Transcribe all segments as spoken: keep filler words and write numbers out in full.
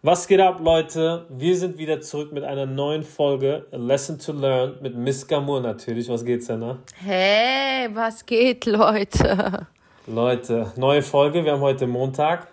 Was geht ab, Leute? Wir sind wieder zurück mit einer neuen Folge A Lesson to Learn mit Miss Gamur natürlich. Was geht's denn, ne? Hey, was geht, Leute? Leute, neue Folge. Wir haben heute Montag.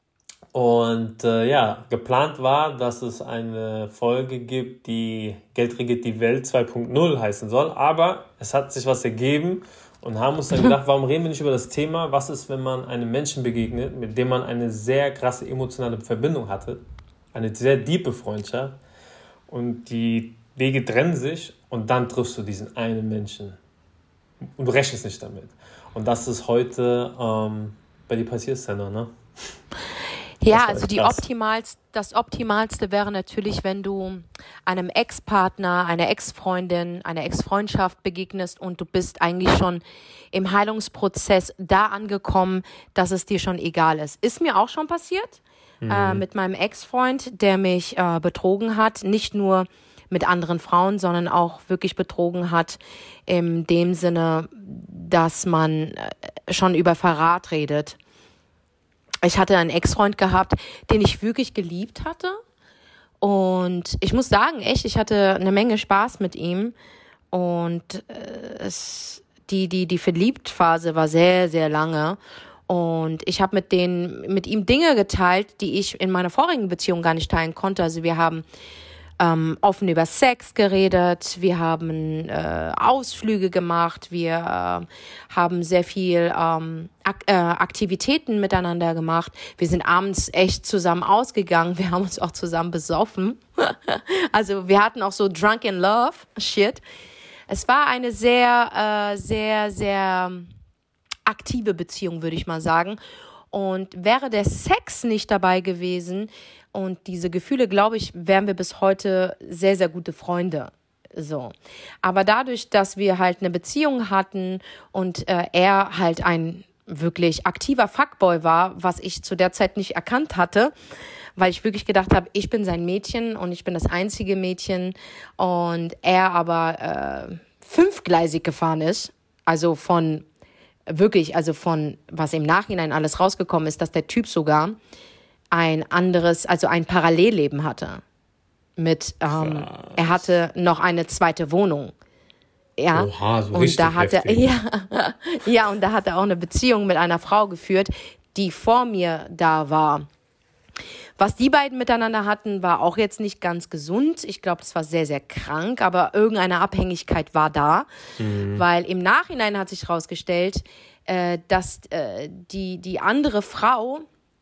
Und äh, ja, geplant war, dass es eine Folge gibt, die Geld regiert die Welt zwei Punkt null heißen soll. Aber es hat sich was ergeben und haben uns dann gedacht, warum reden wir nicht über das Thema, was ist, wenn man einem Menschen begegnet, mit dem man eine sehr krasse emotionale Verbindung hatte, eine sehr diepe Freundschaft und die Wege trennen sich und dann triffst du diesen einen Menschen und du rechnest nicht damit. Und das ist heute ähm, bei dir passiert, Senna, ne? Ja, also die optimalst, das Optimalste wäre natürlich, wenn du einem Ex-Partner, einer Ex-Freundin, einer Ex-Freundschaft begegnest und du bist eigentlich schon im Heilungsprozess da angekommen, dass es dir schon egal ist. Ist mir auch schon passiert mhm. äh, mit meinem Ex-Freund, der mich äh, betrogen hat, nicht nur mit anderen Frauen, sondern auch wirklich betrogen hat in dem Sinne, dass man äh, schon über Verrat redet. Ich hatte einen Ex-Freund gehabt, den ich wirklich geliebt hatte. Und ich muss sagen, echt, ich hatte eine Menge Spaß mit ihm. Und äh, es, die, die, die Verliebt-Phase war sehr, sehr lange. Und ich habe mit, den, mit ihm Dinge geteilt, die ich in meiner vorigen Beziehung gar nicht teilen konnte. Also wir haben ähm, offen über Sex geredet, wir haben äh, Ausflüge gemacht, wir äh, haben sehr viel ähm, Ak- äh, Aktivitäten miteinander gemacht. Wir sind abends echt zusammen ausgegangen, wir haben uns auch zusammen besoffen. Also wir hatten auch so Drunk in Love Shit. Es war eine sehr, äh, sehr, sehr aktive Beziehung, würde ich mal sagen. Und wäre der Sex nicht dabei gewesen und diese Gefühle, glaube ich, wären wir bis heute sehr, sehr gute Freunde. So. Aber dadurch, dass wir halt eine Beziehung hatten und äh, er halt ein wirklich aktiver Fuckboy war, was ich zu der Zeit nicht erkannt hatte, weil ich wirklich gedacht habe, ich bin sein Mädchen und ich bin das einzige Mädchen und er aber äh, fünfgleisig gefahren ist, also von wirklich, also von, was im Nachhinein alles rausgekommen ist, dass der Typ sogar ein anderes, also ein Parallelleben hatte. Mit, ähm, er hatte noch eine zweite Wohnung. Ja, Oha, so und richtig da hat er, heftig. ja, ja, und da hat er auch eine Beziehung mit einer Frau geführt, die vor mir da war. Was die beiden miteinander hatten, war auch jetzt nicht ganz gesund. Ich glaube, das war sehr, sehr krank, aber irgendeine Abhängigkeit war da. Mhm. Weil im Nachhinein hat sich herausgestellt, äh, dass äh, die, die andere Frau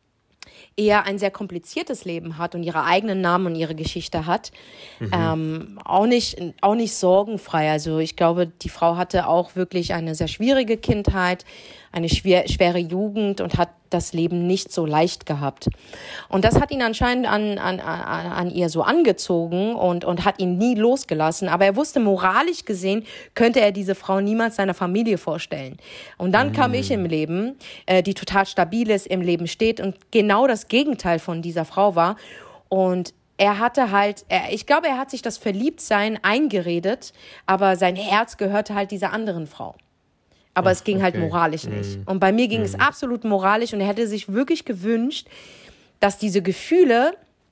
eher ein sehr kompliziertes Leben hat und ihre eigenen Namen und ihre Geschichte hat. Mhm. Ähm, auch nicht, auch nicht sorgenfrei. Also ich glaube, die Frau hatte auch wirklich eine sehr schwierige Kindheit, eine schwer, schwere Jugend und hat das Leben nicht so leicht gehabt. Und das hat ihn anscheinend an, an, an, an ihr so angezogen und, und hat ihn nie losgelassen. Aber er wusste, moralisch gesehen könnte er diese Frau niemals seiner Familie vorstellen. Und dann mm. kam ich im Leben, äh, die total stabil ist, im Leben steht und genau das Gegenteil von dieser Frau war. Und er hatte halt, er, ich glaube, er hat sich das Verliebtsein eingeredet, aber sein Herz gehörte halt dieser anderen Frau. Aber Ach, es ging okay. halt moralisch nicht. Mm. Und bei mir ging mm. es absolut moralisch und er hätte sich wirklich gewünscht, dass diese Gefühle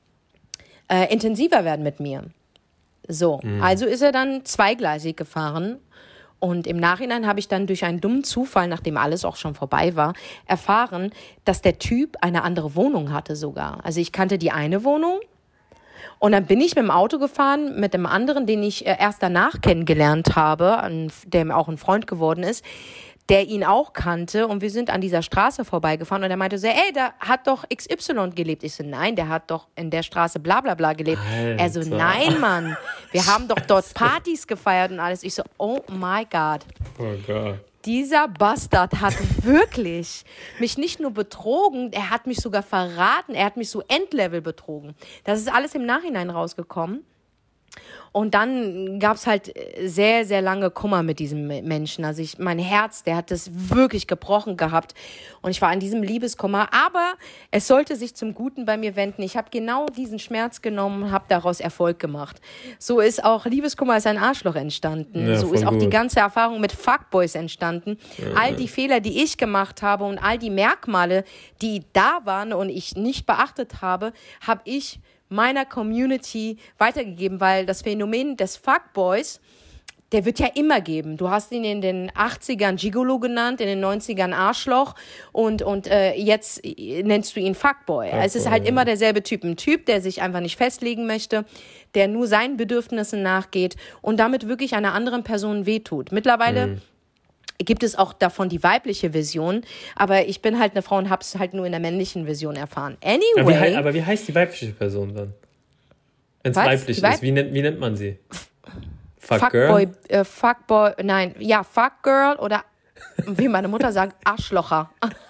äh, intensiver werden mit mir. So, mm. also ist er dann zweigleisig gefahren und im Nachhinein habe ich dann durch einen dummen Zufall, nachdem alles auch schon vorbei war, erfahren, dass der Typ eine andere Wohnung hatte sogar. Also ich kannte die eine Wohnung. Und dann bin ich mit dem Auto gefahren, mit dem anderen, den ich erst danach kennengelernt habe, der auch ein Freund geworden ist, der ihn auch kannte. Und wir sind an dieser Straße vorbeigefahren und er meinte so, ey, da hat doch X Y gelebt. Ich so, nein, der hat doch in der Straße bla bla bla gelebt. Alter. Er so, nein, Mann, wir haben doch dort Partys gefeiert und alles. Ich so, oh my God. Oh Gott. Dieser Bastard hat wirklich mich nicht nur betrogen, er hat mich sogar verraten, er hat mich so Endlevel betrogen. Das ist alles im Nachhinein rausgekommen. Und dann gab es halt sehr, sehr lange Kummer mit diesem Menschen. Also ich, mein Herz, der hat das wirklich gebrochen gehabt. Und ich war in diesem Liebeskummer. Aber es sollte sich zum Guten bei mir wenden. Ich habe genau diesen Schmerz genommen und habe daraus Erfolg gemacht. So ist auch Liebeskummer als ein Arschloch entstanden. Ja, so ist auch gut. Die ganze Erfahrung mit Fuckboys entstanden. Ja, all die Fehler, die ich gemacht habe und all die Merkmale, die da waren und ich nicht beachtet habe, habe ich meiner Community weitergegeben, weil das Phänomen des Fuckboys, der wird ja immer geben. Du hast ihn in den achtzigern Gigolo genannt, in den neunzigern Arschloch und, und äh, jetzt nennst du ihn Fuckboy. Fuckboy. Es ist halt immer derselbe Typ. Ein Typ, der sich einfach nicht festlegen möchte, der nur seinen Bedürfnissen nachgeht und damit wirklich einer anderen Person wehtut. Mittlerweile mhm. gibt es auch davon die weibliche Version, aber ich bin halt eine Frau und habe es halt nur in der männlichen Version erfahren. Anyway. Aber wie, aber wie heißt die weibliche Person dann? Wenn es weiblich Weib- ist, wie nennt, wie nennt man sie? Fuck Fuckboy, äh, Fuckboy, nein, ja, Fuckgirl oder wie meine Mutter sagt, Arschlocher.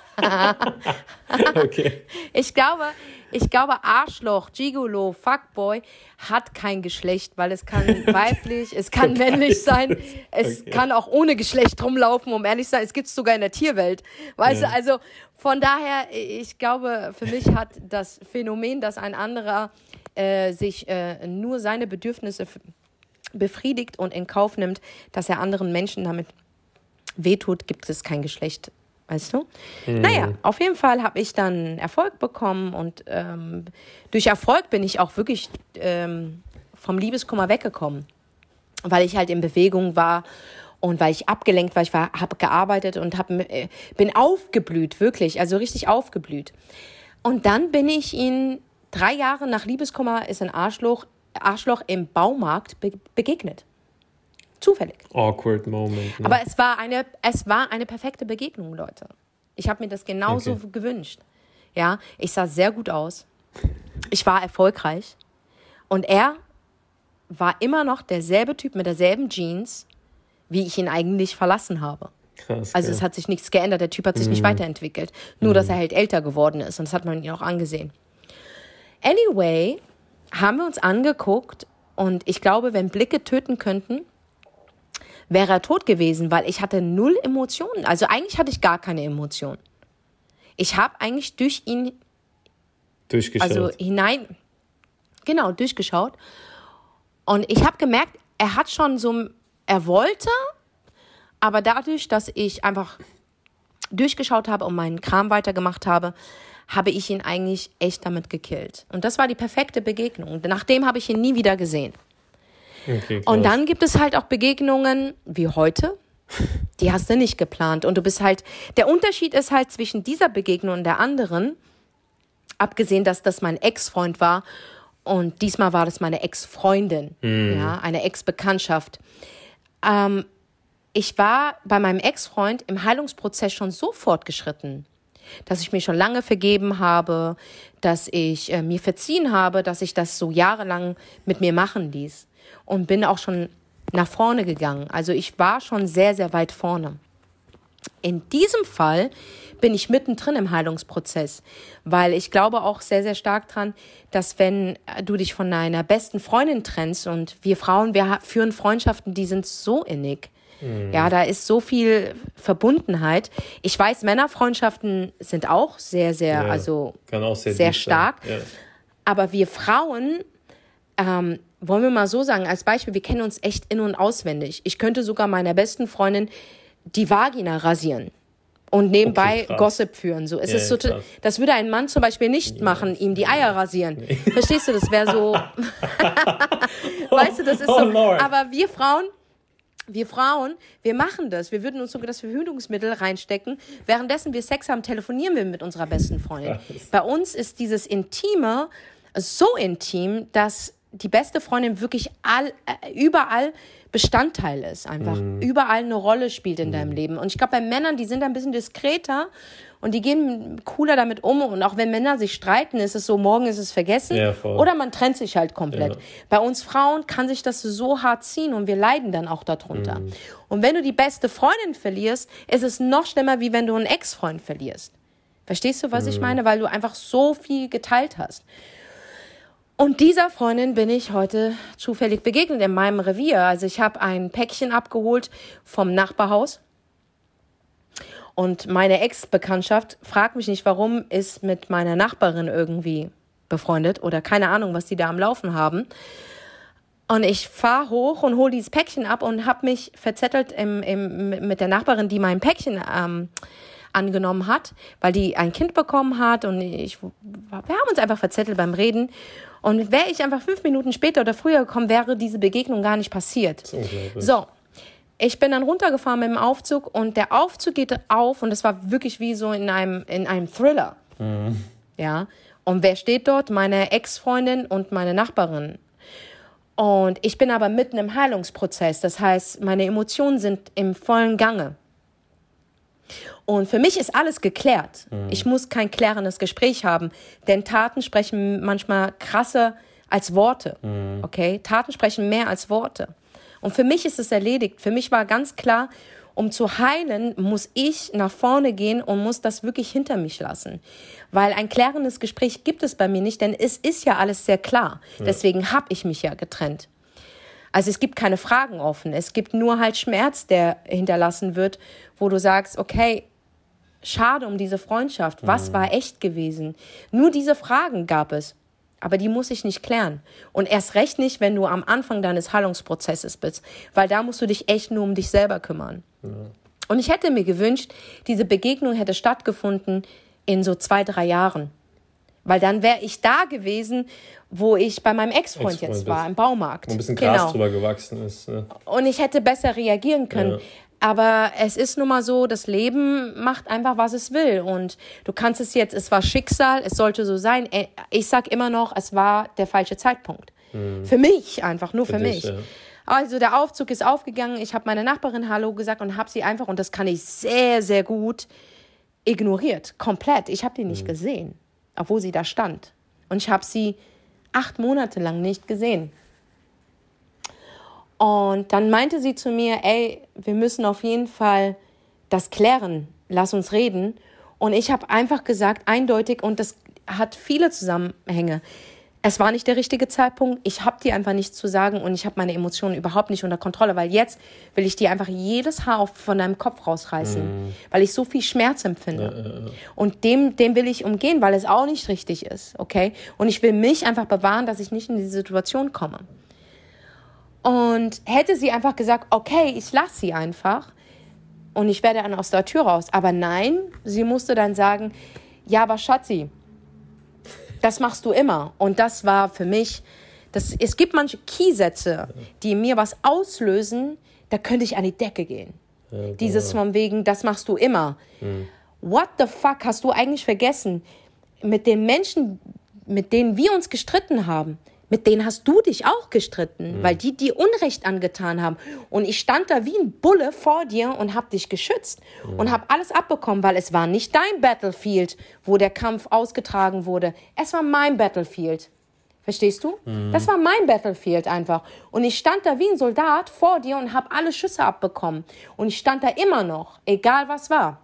Okay. Ich glaube, ich glaube, Arschloch, Gigolo, Fuckboy hat kein Geschlecht, weil es kann weiblich, es kann männlich sein, es okay. kann auch ohne Geschlecht rumlaufen, um ehrlich zu sein. Es gibt es sogar in der Tierwelt. Weißt ja. du, also von daher, ich glaube, für mich hat das Phänomen, dass ein anderer äh, sich äh, nur seine Bedürfnisse f- befriedigt und in Kauf nimmt, dass er anderen Menschen damit wehtut, gibt es kein Geschlecht. Weißt du? Mhm. Naja, auf jeden Fall habe ich dann Erfolg bekommen und ähm, durch Erfolg bin ich auch wirklich ähm, vom Liebeskummer weggekommen, weil ich halt in Bewegung war und weil ich abgelenkt war. Ich war, habe gearbeitet und hab, äh, bin aufgeblüht, wirklich, also richtig aufgeblüht. Und dann bin ich ihn, drei Jahre nach Liebeskummer ist ein Arschloch, Arschloch im Baumarkt be- begegnet. Zufällig. Awkward Moment. Ne? Aber es war eine, es war eine perfekte Begegnung, Leute. Ich habe mir das genauso okay. gewünscht. Ja, ich sah sehr gut aus. Ich war erfolgreich. Und er war immer noch derselbe Typ mit derselben Jeans, wie ich ihn eigentlich verlassen habe. Krass. Also ja. es hat sich nichts geändert. Der Typ hat sich mm. nicht weiterentwickelt. Nur, mm. dass er halt älter geworden ist. Und das hat man ihn auch angesehen. Anyway, haben wir uns angeguckt. Und ich glaube, wenn Blicke töten könnten, wäre er tot gewesen, weil ich hatte null Emotionen. Also eigentlich hatte ich gar keine Emotionen. Ich habe eigentlich durch ihn durchgeschaut. Also hinein, genau, durchgeschaut. Und ich habe gemerkt, er hat schon so, er wollte, aber dadurch, dass ich einfach durchgeschaut habe und meinen Kram weitergemacht habe, habe ich ihn eigentlich echt damit gekillt. Und das war die perfekte Begegnung. Nachdem habe ich ihn nie wieder gesehen. Okay, und dann gibt es halt auch Begegnungen wie heute, die hast du nicht geplant. Und du bist halt, der Unterschied ist halt zwischen dieser Begegnung und der anderen, abgesehen, dass das mein Ex-Freund war und diesmal war das meine Ex-Freundin, mm. ja, eine Ex-Bekanntschaft. Ähm, ich war bei meinem Ex-Freund im Heilungsprozess schon so fortgeschritten, dass ich mir schon lange vergeben habe, dass ich äh, mir verziehen habe, dass ich das so jahrelang mit mir machen ließ. Und bin auch schon nach vorne gegangen. Also ich war schon sehr, sehr weit vorne. In diesem Fall bin ich mittendrin im Heilungsprozess, weil ich glaube auch sehr, sehr stark dran, dass wenn du dich von deiner besten Freundin trennst und wir Frauen, wir führen Freundschaften, die sind so innig. Mhm. Ja, da ist so viel Verbundenheit. Ich weiß, Männerfreundschaften sind auch sehr, sehr, ja, also kann auch sehr, sehr stark. Ja. Aber wir Frauen, ähm, wollen wir mal so sagen, als Beispiel, wir kennen uns echt in- und auswendig. Ich könnte sogar meiner besten Freundin die Vagina rasieren und nebenbei okay, Gossip führen. So, es ja, ist so, krass. Das würde ein Mann zum Beispiel nicht ja, machen, ihm die Eier rasieren. Nee. Verstehst du, das wäre so, weißt du, das ist so, oh, aber wir Frauen, wir Frauen, wir machen das. Wir würden uns sogar das Verhütungsmittel reinstecken. Währenddessen wir Sex haben, telefonieren wir mit unserer besten Freundin. Krass. Bei uns ist dieses Intime so intim, dass die beste Freundin wirklich all, äh, überall Bestandteil ist, einfach mm. überall eine Rolle spielt in mm. deinem Leben. Und ich glaube, bei Männern, die sind ein bisschen diskreter und die gehen cooler damit um. Und auch wenn Männer sich streiten, ist es so, morgen ist es vergessen. Ja, voll. Oder man trennt sich halt komplett. Ja. Bei uns Frauen kann sich das so hart ziehen und wir leiden dann auch darunter. Mm. Und wenn du die beste Freundin verlierst, ist es noch schlimmer, wie wenn du einen Ex-Freund verlierst. Verstehst du, was mm. ich meine? Weil du einfach so viel geteilt hast. Und dieser Freundin bin ich heute zufällig begegnet in meinem Revier. Also ich habe ein Päckchen abgeholt vom Nachbarhaus. Und meine Ex-Bekanntschaft, fragt mich nicht warum, ist mit meiner Nachbarin irgendwie befreundet oder keine Ahnung, was die da am Laufen haben. Und ich fahre hoch und hole dieses Päckchen ab und habe mich verzettelt im, im, mit der Nachbarin, die mein Päckchen ähm, angenommen hat, weil die ein Kind bekommen hat. Und ich, wir haben uns einfach verzettelt beim Reden. Und wäre ich einfach fünf Minuten später oder früher gekommen, wäre diese Begegnung gar nicht passiert. So, ich bin dann runtergefahren mit dem Aufzug und der Aufzug geht auf und es war wirklich wie so in einem, in einem Thriller. Mhm. Ja. Und wer steht dort? Meine Ex-Freundin und meine Nachbarin. Und ich bin aber mitten im Heilungsprozess. Das heißt, meine Emotionen sind im vollen Gange. Und für mich ist alles geklärt. Mhm. Ich muss kein klärendes Gespräch haben, denn Taten sprechen manchmal krasser als Worte. Mhm. Okay? Taten sprechen mehr als Worte. Und für mich ist es erledigt. Für mich war ganz klar, um zu heilen, muss ich nach vorne gehen und muss das wirklich hinter mich lassen. Weil ein klärendes Gespräch gibt es bei mir nicht, denn es ist ja alles sehr klar. Ja. Deswegen habe ich mich ja getrennt. Also es gibt keine Fragen offen. Es gibt nur halt Schmerz, der hinterlassen wird, wo du sagst, okay, schade um diese Freundschaft. Was mhm. war echt gewesen? Nur diese Fragen gab es. Aber die muss ich nicht klären. Und erst recht nicht, wenn du am Anfang deines Heilungsprozesses bist. Weil da musst du dich echt nur um dich selber kümmern. Ja. Und ich hätte mir gewünscht, diese Begegnung hätte stattgefunden in so zwei, drei Jahren. Weil dann wäre ich da gewesen, wo ich bei meinem Ex-Freund, Ex-Freund jetzt war, im Baumarkt. Wo ein bisschen Gras genau. drüber gewachsen ist. Ja. Und ich hätte besser reagieren können. Ja. Aber es ist nun mal so, das Leben macht einfach, was es will. Und du kannst es jetzt, es war Schicksal, es sollte so sein. Ich sag immer noch, es war der falsche Zeitpunkt. Mhm. Für mich einfach, nur für, für dich, mich. Ja. Also der Aufzug ist aufgegangen, ich habe meiner Nachbarin Hallo gesagt und habe sie einfach, und das kann ich sehr, sehr gut, ignoriert. Komplett. Ich habe die nicht mhm. gesehen, obwohl sie da stand. Und ich habe sie acht Monate lang nicht gesehen. Und dann meinte sie zu mir, ey, wir müssen auf jeden Fall das klären, lass uns reden. Und ich habe einfach gesagt, eindeutig, und das hat viele Zusammenhänge, es war nicht der richtige Zeitpunkt, ich habe dir einfach nichts zu sagen und ich habe meine Emotionen überhaupt nicht unter Kontrolle, weil jetzt will ich dir einfach jedes Haar auf, von deinem Kopf rausreißen, mm. weil ich so viel Schmerz empfinde. Ja, ja, ja. Und dem, dem will ich umgehen, weil es auch nicht richtig ist, okay? Und ich will mich einfach bewahren, dass ich nicht in diese Situation komme. Und hätte sie einfach gesagt, okay, ich lasse sie einfach und ich werde dann aus der Tür raus. Aber nein, sie musste dann sagen, ja, aber Schatzi, das machst du immer. Und das war für mich, das, es gibt manche Keysätze, die in mir was auslösen, da könnte ich an die Decke gehen. Ja, genau. Dieses von wegen, das machst du immer. Hm. What the fuck hast du eigentlich vergessen? Mit den Menschen, mit denen wir uns gestritten haben, mit denen hast du dich auch gestritten, mhm. weil die dir Unrecht angetan haben. Und ich stand da wie ein Bulle vor dir und habe dich geschützt mhm. und habe alles abbekommen, weil es war nicht dein Battlefield, wo der Kampf ausgetragen wurde. Es war mein Battlefield. Verstehst du? Mhm. Das war mein Battlefield einfach. Und ich stand da wie ein Soldat vor dir und habe alle Schüsse abbekommen. Und ich stand da immer noch, egal was war.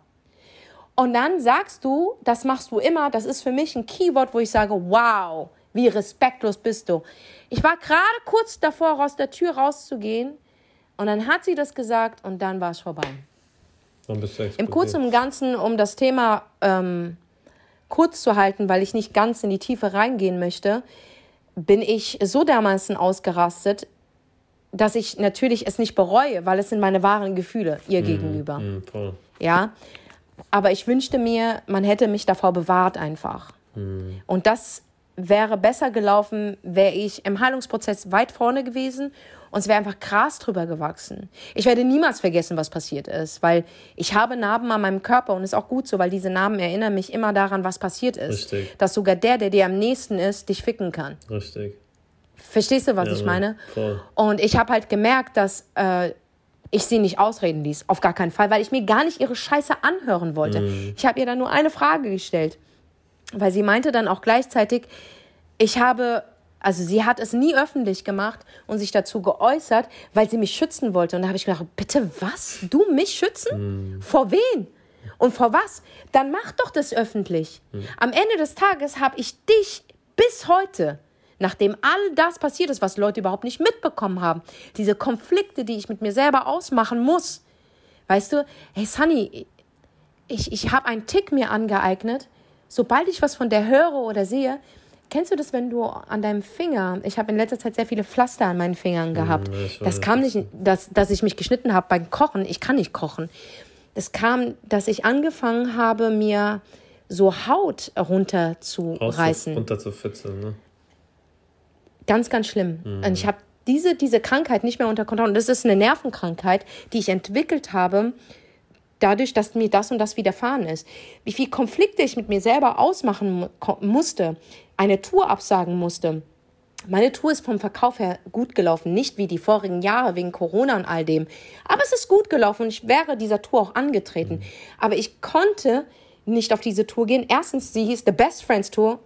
Und dann sagst du, das machst du immer, das ist für mich ein Keyword, wo ich sage, wow, wie respektlos bist du. Ich war gerade kurz davor, aus der Tür rauszugehen und dann hat sie das gesagt und dann war es vorbei. Dann bist du explodiert. Im Kurzen und Ganzen, um das Thema ähm, kurz zu halten, weil ich nicht ganz in die Tiefe reingehen möchte, bin ich so dermaßen ausgerastet, dass ich natürlich es nicht bereue, weil es sind meine wahren Gefühle ihr mm, gegenüber. Mm, toll. Ja, aber ich wünschte mir, man hätte mich davor bewahrt einfach. Mm. Und das wäre besser gelaufen, wäre ich im Heilungsprozess weit vorne gewesen und es wäre einfach Gras drüber gewachsen. Ich werde niemals vergessen, was passiert ist, weil ich habe Narben an meinem Körper und ist auch gut so, weil diese Narben erinnern mich immer daran, was passiert ist. Richtig. Dass sogar der, der dir am nächsten ist, dich ficken kann. Richtig. Verstehst du, was ja, ich meine? Voll. Und ich habe halt gemerkt, dass äh, ich sie nicht ausreden ließ, auf gar keinen Fall, weil ich mir gar nicht ihre Scheiße anhören wollte. Mm. Ich habe ihr dann nur eine Frage gestellt. Weil sie meinte dann auch gleichzeitig, ich habe, also sie hat es nie öffentlich gemacht und sich dazu geäußert, weil sie mich schützen wollte. Und da habe ich gedacht, bitte was? Du mich schützen? Mm. Vor wen? Und vor was? Dann mach doch das öffentlich. Mm. Am Ende des Tages habe ich dich bis heute nachdem all das passiert ist, was Leute überhaupt nicht mitbekommen haben, diese Konflikte, die ich mit mir selber ausmachen muss, weißt du, hey Sunny, ich, ich habe einen Tick mir angeeignet, sobald ich was von der höre oder sehe, kennst du das, wenn du an deinem Finger, ich habe in letzter Zeit sehr viele Pflaster an meinen Fingern gehabt, ja, das kam nicht, dass, dass ich mich geschnitten habe beim Kochen, ich kann nicht kochen, das kam, dass ich angefangen habe, mir so Haut runterzureißen. Runterzufitzeln, ne? Ganz, ganz schlimm. Mhm. Und ich habe diese, diese Krankheit nicht mehr unter Kontrolle. Und das ist eine Nervenkrankheit, die ich entwickelt habe, dadurch, dass mir das und das widerfahren ist. Wie viele Konflikte ich mit mir selber ausmachen mu- musste, eine Tour absagen musste. Meine Tour ist vom Verkauf her gut gelaufen, nicht wie die vorigen Jahre wegen Corona und all dem. Aber es ist gut gelaufen und ich wäre dieser Tour auch angetreten. Mhm. Aber ich konnte nicht auf diese Tour gehen. Erstens, sie hieß The Best Friends Tour.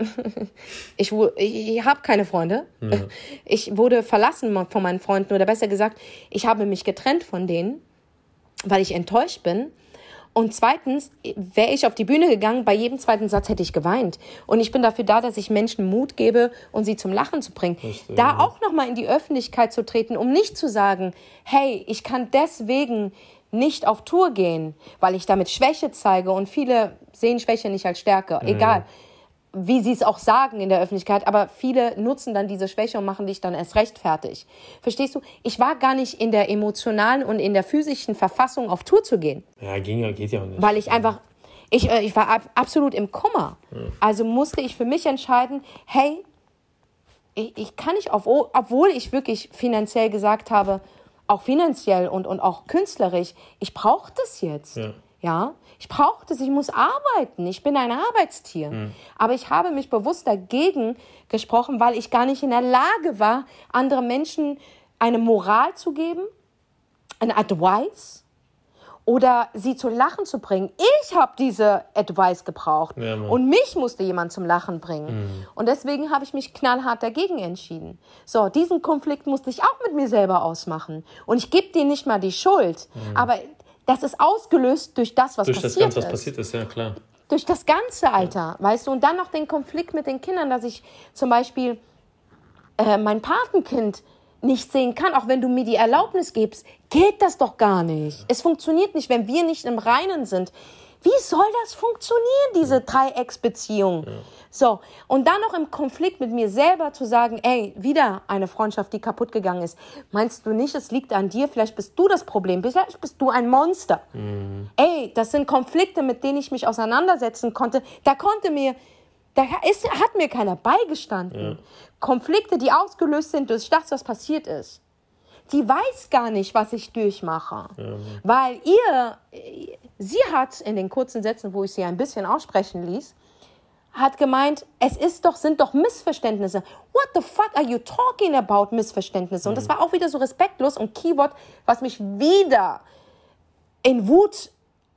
ich ich, ich habe keine Freunde. Ja. Ich wurde verlassen von meinen Freunden oder besser gesagt, ich habe mich getrennt von denen, weil ich enttäuscht bin. Und zweitens, wäre ich auf die Bühne gegangen, bei jedem zweiten Satz hätte ich geweint. Und ich bin dafür da, dass ich Menschen Mut gebe und sie zum Lachen zu bringen. Verstehe. Da auch nochmal in die Öffentlichkeit zu treten, um nicht zu sagen, hey, ich kann deswegen nicht auf Tour gehen, weil ich damit Schwäche zeige. Und viele sehen Schwäche nicht als Stärke. Mhm. Egal, wie sie es auch sagen in der Öffentlichkeit. Aber viele nutzen dann diese Schwäche und machen dich dann erst recht fertig. Verstehst du? Ich war gar nicht in der emotionalen und in der physischen Verfassung, auf Tour zu gehen. Ja, ging ja, geht ja auch nicht. Weil ich einfach, ich, ich war ab, absolut im Kummer. Mhm. Also musste ich für mich entscheiden, hey, ich, ich kann nicht, auf, obwohl ich wirklich finanziell gesagt habe, auch finanziell und, und auch künstlerisch, ich brauche das jetzt. Ja. Ja, ich brauche das, ich muss arbeiten, ich bin ein Arbeitstier. Mhm. Aber ich habe mich bewusst dagegen gesprochen, weil ich gar nicht in der Lage war, anderen Menschen eine Moral zu geben, eine Advice oder sie zu Lachen zu bringen. Ich habe diese Advice gebraucht ja, und mich musste jemand zum Lachen bringen. Mhm. Und deswegen habe ich mich knallhart dagegen entschieden. So, diesen Konflikt musste ich auch mit mir selber ausmachen. Und ich gebe dir nicht mal die Schuld, mhm. aber das ist ausgelöst durch das, was durch passiert ist. Durch das Ganze, was passiert ist, ja klar. Durch das ganze Alter, ja. Weißt du. Und dann noch den Konflikt mit den Kindern, dass ich zum Beispiel äh, mein Patenkind nicht sehen kann, auch wenn du mir die Erlaubnis gibst, geht das doch gar nicht. Ja. Es funktioniert nicht, wenn wir nicht im Reinen sind. Wie soll das funktionieren, diese Dreiecksbeziehung? Ja. So, und dann noch im Konflikt mit mir selber zu sagen, ey, wieder eine Freundschaft, die kaputt gegangen ist. Meinst du nicht, es liegt an dir? Vielleicht bist du das Problem. Vielleicht bist du ein Monster. Mhm. Ey, das sind Konflikte, mit denen ich mich auseinandersetzen konnte. Da konnte mir, da ist, hat mir keiner beigestanden. Ja. Konflikte, die ausgelöst sind durch das, was passiert ist. Die weiß gar nicht, was ich durchmache. Ja. Weil ihr, sie hat in den kurzen Sätzen, wo ich sie ein bisschen aussprechen ließ, hat gemeint, es ist doch, sind doch Missverständnisse. What the fuck are you talking about, Missverständnisse? Und das war auch wieder so respektlos und Keyword, was mich wieder in Wut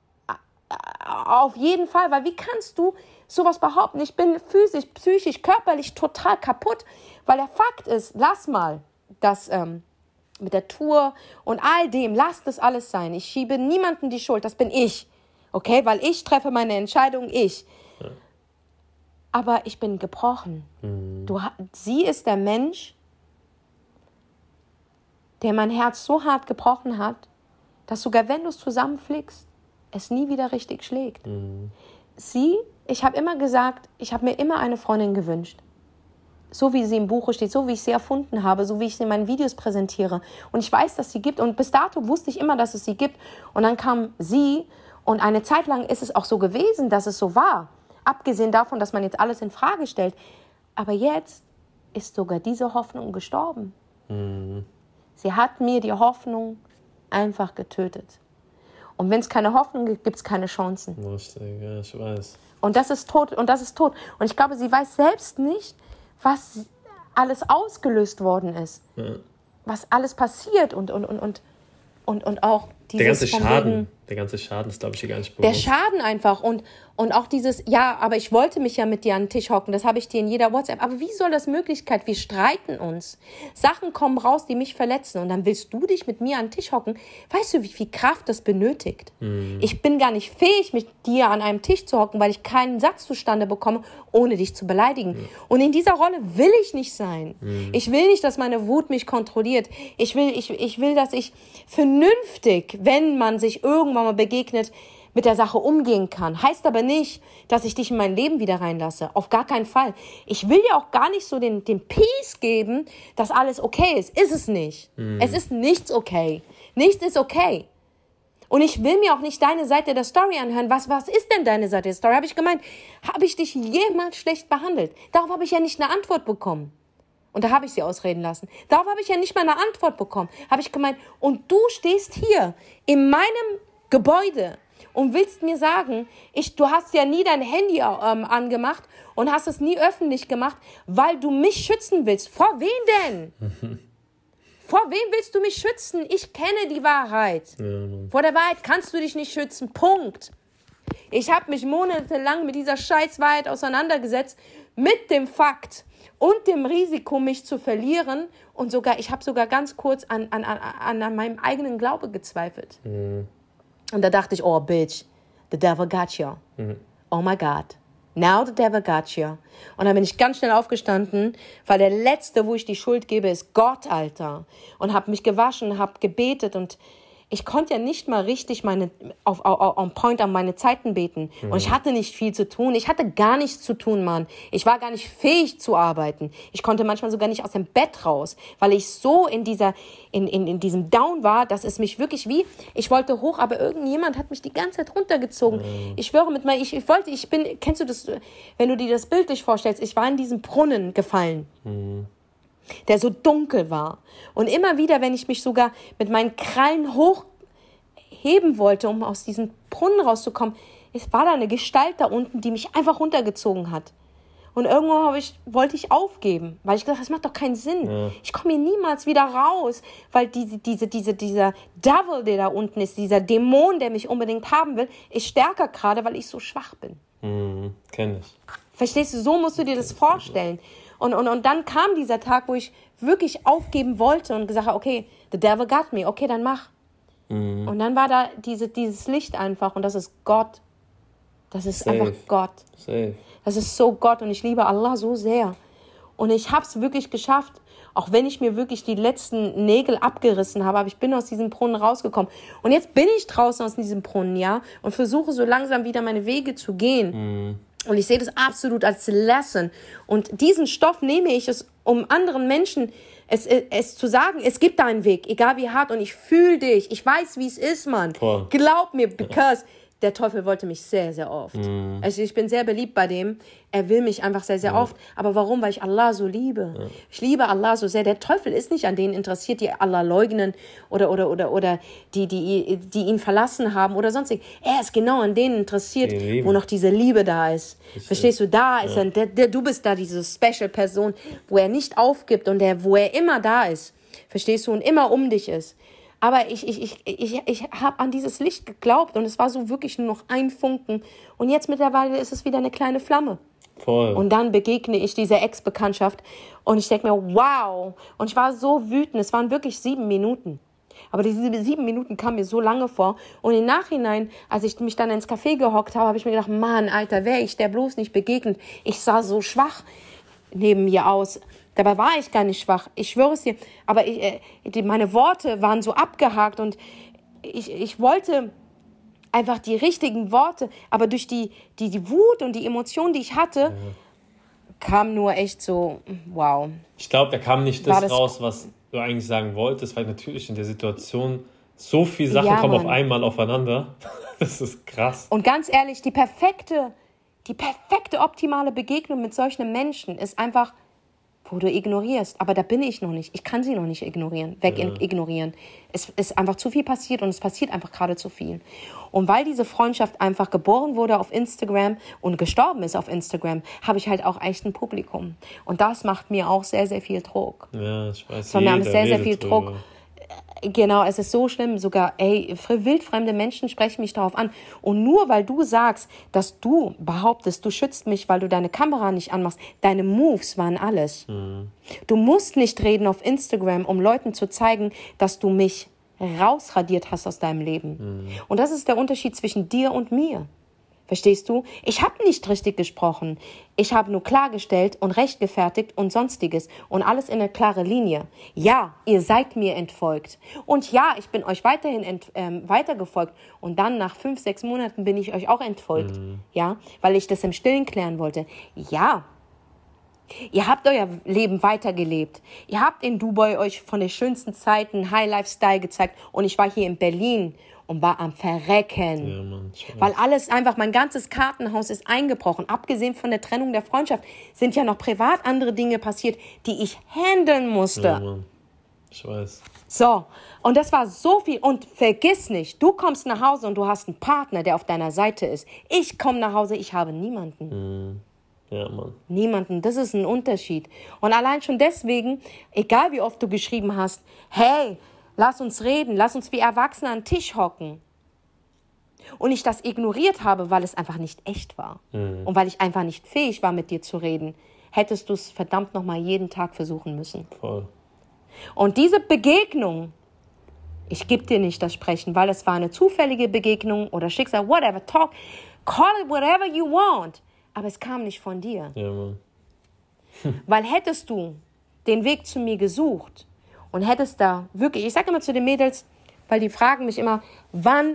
auf jeden Fall, weil wie kannst du sowas behaupten? Ich bin physisch, psychisch, körperlich total kaputt, weil der Fakt ist, lass mal das ähm, mit der Tour und all dem, lass das alles sein. Ich schiebe niemanden die Schuld, das bin ich. Okay, weil ich treffe meine Entscheidung, ich. Ja. Aber ich bin gebrochen. Mhm. Du, sie ist der Mensch, der mein Herz so hart gebrochen hat, dass sogar wenn du es zusammenflickst, es nie wieder richtig schlägt. Mhm. Sie, ich habe immer gesagt, ich habe mir immer eine Freundin gewünscht. So wie sie im Buche steht, so wie ich sie erfunden habe, so wie ich sie in meinen Videos präsentiere. Und ich weiß, dass sie gibt. Und bis dato wusste ich immer, dass es sie gibt. Und dann kam sie. Und eine Zeit lang ist es auch so gewesen, dass es so war. Abgesehen davon, dass man jetzt alles in Frage stellt. Aber jetzt ist sogar diese Hoffnung gestorben. Mhm. Sie hat mir die Hoffnung einfach getötet. Und wenn es keine Hoffnung gibt, gibt es keine Chancen. Lustig, ja, ich weiß. Und das ist tot, und das ist tot. Und ich glaube, sie weiß selbst nicht, was alles ausgelöst worden ist. Ja. Was alles passiert und, und, und, und, und, und auch Der ganze Schaden, wegen, der ganze Schaden ist, glaube ich, hier gar nicht bewusst. Der Schaden einfach und, und auch dieses, ja, aber ich wollte mich ja mit dir an den Tisch hocken, das habe ich dir in jeder WhatsApp, aber wie soll das Möglichkeit, wir streiten uns, Sachen kommen raus, die mich verletzen und dann willst du dich mit mir an den Tisch hocken, weißt du, wie viel Kraft das benötigt? Mhm. Ich bin gar nicht fähig, mit dir an einem Tisch zu hocken, weil ich keinen Satz zustande bekomme, ohne dich zu beleidigen. Mhm. Und in dieser Rolle will ich nicht sein. Mhm. Ich will nicht, dass meine Wut mich kontrolliert. Ich will, ich, ich will, dass ich vernünftig, wenn man sich irgendwann mal begegnet, mit der Sache umgehen kann. Heißt aber nicht, dass ich dich in mein Leben wieder reinlasse. Auf gar keinen Fall. Ich will dir auch gar nicht so den, den Peace geben, dass alles okay ist. Ist es nicht. Mhm. Es ist nichts okay. Nichts ist okay. Und ich will mir auch nicht deine Seite der Story anhören. Was, was ist denn deine Seite der Story? Habe ich gemeint, habe ich dich jemals schlecht behandelt? Darauf habe ich ja nicht eine Antwort bekommen. Und da habe ich sie ausreden lassen. Darauf habe ich ja nicht mal eine Antwort bekommen. Habe ich gemeint, und du stehst hier in meinem Gebäude und willst mir sagen, ich, du hast ja nie dein Handy ähm, angemacht und hast es nie öffentlich gemacht, weil du mich schützen willst. Vor wem denn? Vor wem willst du mich schützen? Ich kenne die Wahrheit. Ja. Vor der Wahrheit kannst du dich nicht schützen. Punkt. Ich habe mich monatelang mit dieser Scheißwahrheit auseinandergesetzt, mit dem Fakt und dem Risiko, mich zu verlieren. Und sogar, ich habe sogar ganz kurz an, an, an, an meinem eigenen Glaube gezweifelt. Mhm. Und da dachte ich, oh, bitch, the devil got you. Mhm. Oh my God. Now the devil got you. Und dann bin ich ganz schnell aufgestanden, weil der Letzte, wo ich die Schuld gebe, ist Gott, Alter. Und habe mich gewaschen, habe gebetet und ich konnte ja nicht mal richtig meine, auf, auf, on point an meine Zeiten beten. Mhm. Und ich hatte nicht viel zu tun. Ich hatte gar nichts zu tun, Mann. Ich war gar nicht fähig zu arbeiten. Ich konnte manchmal sogar nicht aus dem Bett raus, weil ich so in dieser, in, in, in diesem Down war, dass es mich wirklich wie, ich wollte hoch, aber irgendjemand hat mich die ganze Zeit runtergezogen. Mhm. Ich schwöre mit mir, ich, ich wollte, ich bin, kennst du das, wenn du dir das bildlich vorstellst, ich war in diesen Brunnen gefallen. Mhm. Der so dunkel war. Und immer wieder, wenn ich mich sogar mit meinen Krallen hochheben wollte, um aus diesem Brunnen rauszukommen, es war da eine Gestalt da unten, die mich einfach runtergezogen hat. Und irgendwann habe ich, wollte ich aufgeben, weil ich gedacht, das macht doch keinen Sinn. Ja. Ich komme hier niemals wieder raus, weil diese, diese, diese, dieser Devil, der da unten ist, dieser Dämon, der mich unbedingt haben will, ist stärker gerade, weil ich so schwach bin. Mhm, kenn ich. Verstehst du, so musst du dir das vorstellen. Und, und, und dann kam dieser Tag, wo ich wirklich aufgeben wollte und gesagt habe, okay, the devil got me, okay, dann mach. Mhm. Und dann war da diese, dieses Licht einfach und das ist Gott. Das ist Safe. Einfach Gott. Safe. Das ist so Gott und ich liebe Allah so sehr. Und ich habe es wirklich geschafft, auch wenn ich mir wirklich die letzten Nägel abgerissen habe, aber ich bin aus diesem Brunnen rausgekommen. Und jetzt bin ich draußen aus diesem Brunnen, ja, und versuche so langsam wieder meine Wege zu gehen. Mhm. Und ich sehe das absolut als Lesson. Und diesen Stoff nehme ich es, um anderen Menschen es, es zu sagen, es gibt da einen Weg, egal wie hart. Und ich fühle dich. Ich weiß, wie es ist, Mann. Voll. Glaub mir, because der Teufel wollte mich sehr, sehr oft. Mm. Also ich bin sehr beliebt bei dem. Er will mich einfach sehr, sehr mm. oft. Aber warum? Weil ich Allah so liebe. Ja. Ich liebe Allah so sehr. Der Teufel ist nicht an denen interessiert, die Allah leugnen oder, oder, oder, oder die, die, die ihn verlassen haben oder sonstig. Er ist genau an denen interessiert, wo noch diese Liebe da ist. Ich Verstehst du? Da ist ja. er. Der, der, du bist da diese Special-Person, wo er nicht aufgibt und der, wo er immer da ist. Verstehst du? Und immer um dich ist. Aber ich, ich, ich, ich, ich habe an dieses Licht geglaubt und es war so wirklich nur noch ein Funken. Und jetzt mittlerweile ist es wieder eine kleine Flamme. Voll. Und dann begegne ich dieser Ex-Bekanntschaft und ich denke mir, wow. Und ich war so wütend. Es waren wirklich sieben Minuten. Aber diese sieben Minuten kamen mir so lange vor. Und im Nachhinein, als ich mich dann ins Café gehockt habe, habe ich mir gedacht, Mann, Alter, wäre ich der bloß nicht begegnet. Ich sah so schwach neben mir aus. Dabei war ich gar nicht schwach, ich schwöre es dir. Aber ich, äh, die, meine Worte waren so abgehakt und ich, ich wollte einfach die richtigen Worte. Aber durch die, die, die Wut und die Emotionen, die ich hatte, ja. kam nur echt so, wow. Ich glaube, da kam nicht das, das raus, was du eigentlich sagen wolltest, weil natürlich in der Situation so viele Sachen ja, kommen Mann. auf einmal aufeinander. Das ist krass. Und ganz ehrlich, die perfekte, die perfekte optimale Begegnung mit solchen Menschen ist einfach, wo du ignorierst. Aber da bin ich noch nicht. Ich kann sie noch nicht ignorieren, wegignorieren. Ja. Es ist einfach zu viel passiert und es passiert einfach gerade zu viel. Und weil diese Freundschaft einfach geboren wurde auf Instagram und gestorben ist auf Instagram, habe ich halt auch echt ein Publikum. Und das macht mir auch sehr, sehr viel Druck. Ja, ich weiß. So, mir haben sehr, sehr viel Druck. Genau, es ist so schlimm, sogar, ey, wildfremde Menschen sprechen mich darauf an. Und nur weil du sagst, dass du behauptest, du schützt mich, weil du deine Kamera nicht anmachst, deine Moves waren alles. Mhm. Du musst nicht reden auf Instagram, um Leuten zu zeigen, dass du mich rausradiert hast aus deinem Leben. Mhm. Und das ist der Unterschied zwischen dir und mir. Verstehst du? Ich habe nicht richtig gesprochen. Ich habe nur klargestellt und rechtgefertigt und Sonstiges. Und alles in eine klare Linie. Ja, ihr seid mir entfolgt. Und ja, ich bin euch weiterhin ent, ähm, weitergefolgt. Und dann nach fünf, sechs Monaten bin ich euch auch entfolgt. Mhm. Ja, weil ich das im Stillen klären wollte. Ja, ihr habt euer Leben weitergelebt. Ihr habt in Dubai euch von den schönsten Zeiten High Lifestyle gezeigt. Und ich war hier in Berlin und war am Verrecken. Ja, Mann, weil alles einfach, mein ganzes Kartenhaus ist eingebrochen. Abgesehen von der Trennung der Freundschaft sind ja noch privat andere Dinge passiert, die ich handeln musste. Ja, Mann. Ich weiß. So, und das war so viel. Und vergiss nicht, du kommst nach Hause und du hast einen Partner, der auf deiner Seite ist. Ich komme nach Hause, ich habe niemanden. Mhm. Ja, Mann. Niemanden, das ist ein Unterschied. Und allein schon deswegen, egal wie oft du geschrieben hast, hey, lass uns reden, lass uns wie Erwachsene an den Tisch hocken. Und ich das ignoriert habe, weil es einfach nicht echt war. Mhm. Und weil ich einfach nicht fähig war, mit dir zu reden, hättest du es verdammt nochmal jeden Tag versuchen müssen. Voll. Und diese Begegnung, ich gebe dir nicht das Sprechen, weil es war eine zufällige Begegnung oder Schicksal, whatever, talk, call it whatever you want. Aber es kam nicht von dir. Ja, Mann. Weil hättest du den Weg zu mir gesucht und hättest da wirklich, ich sage immer zu den Mädels, weil die fragen mich immer, wann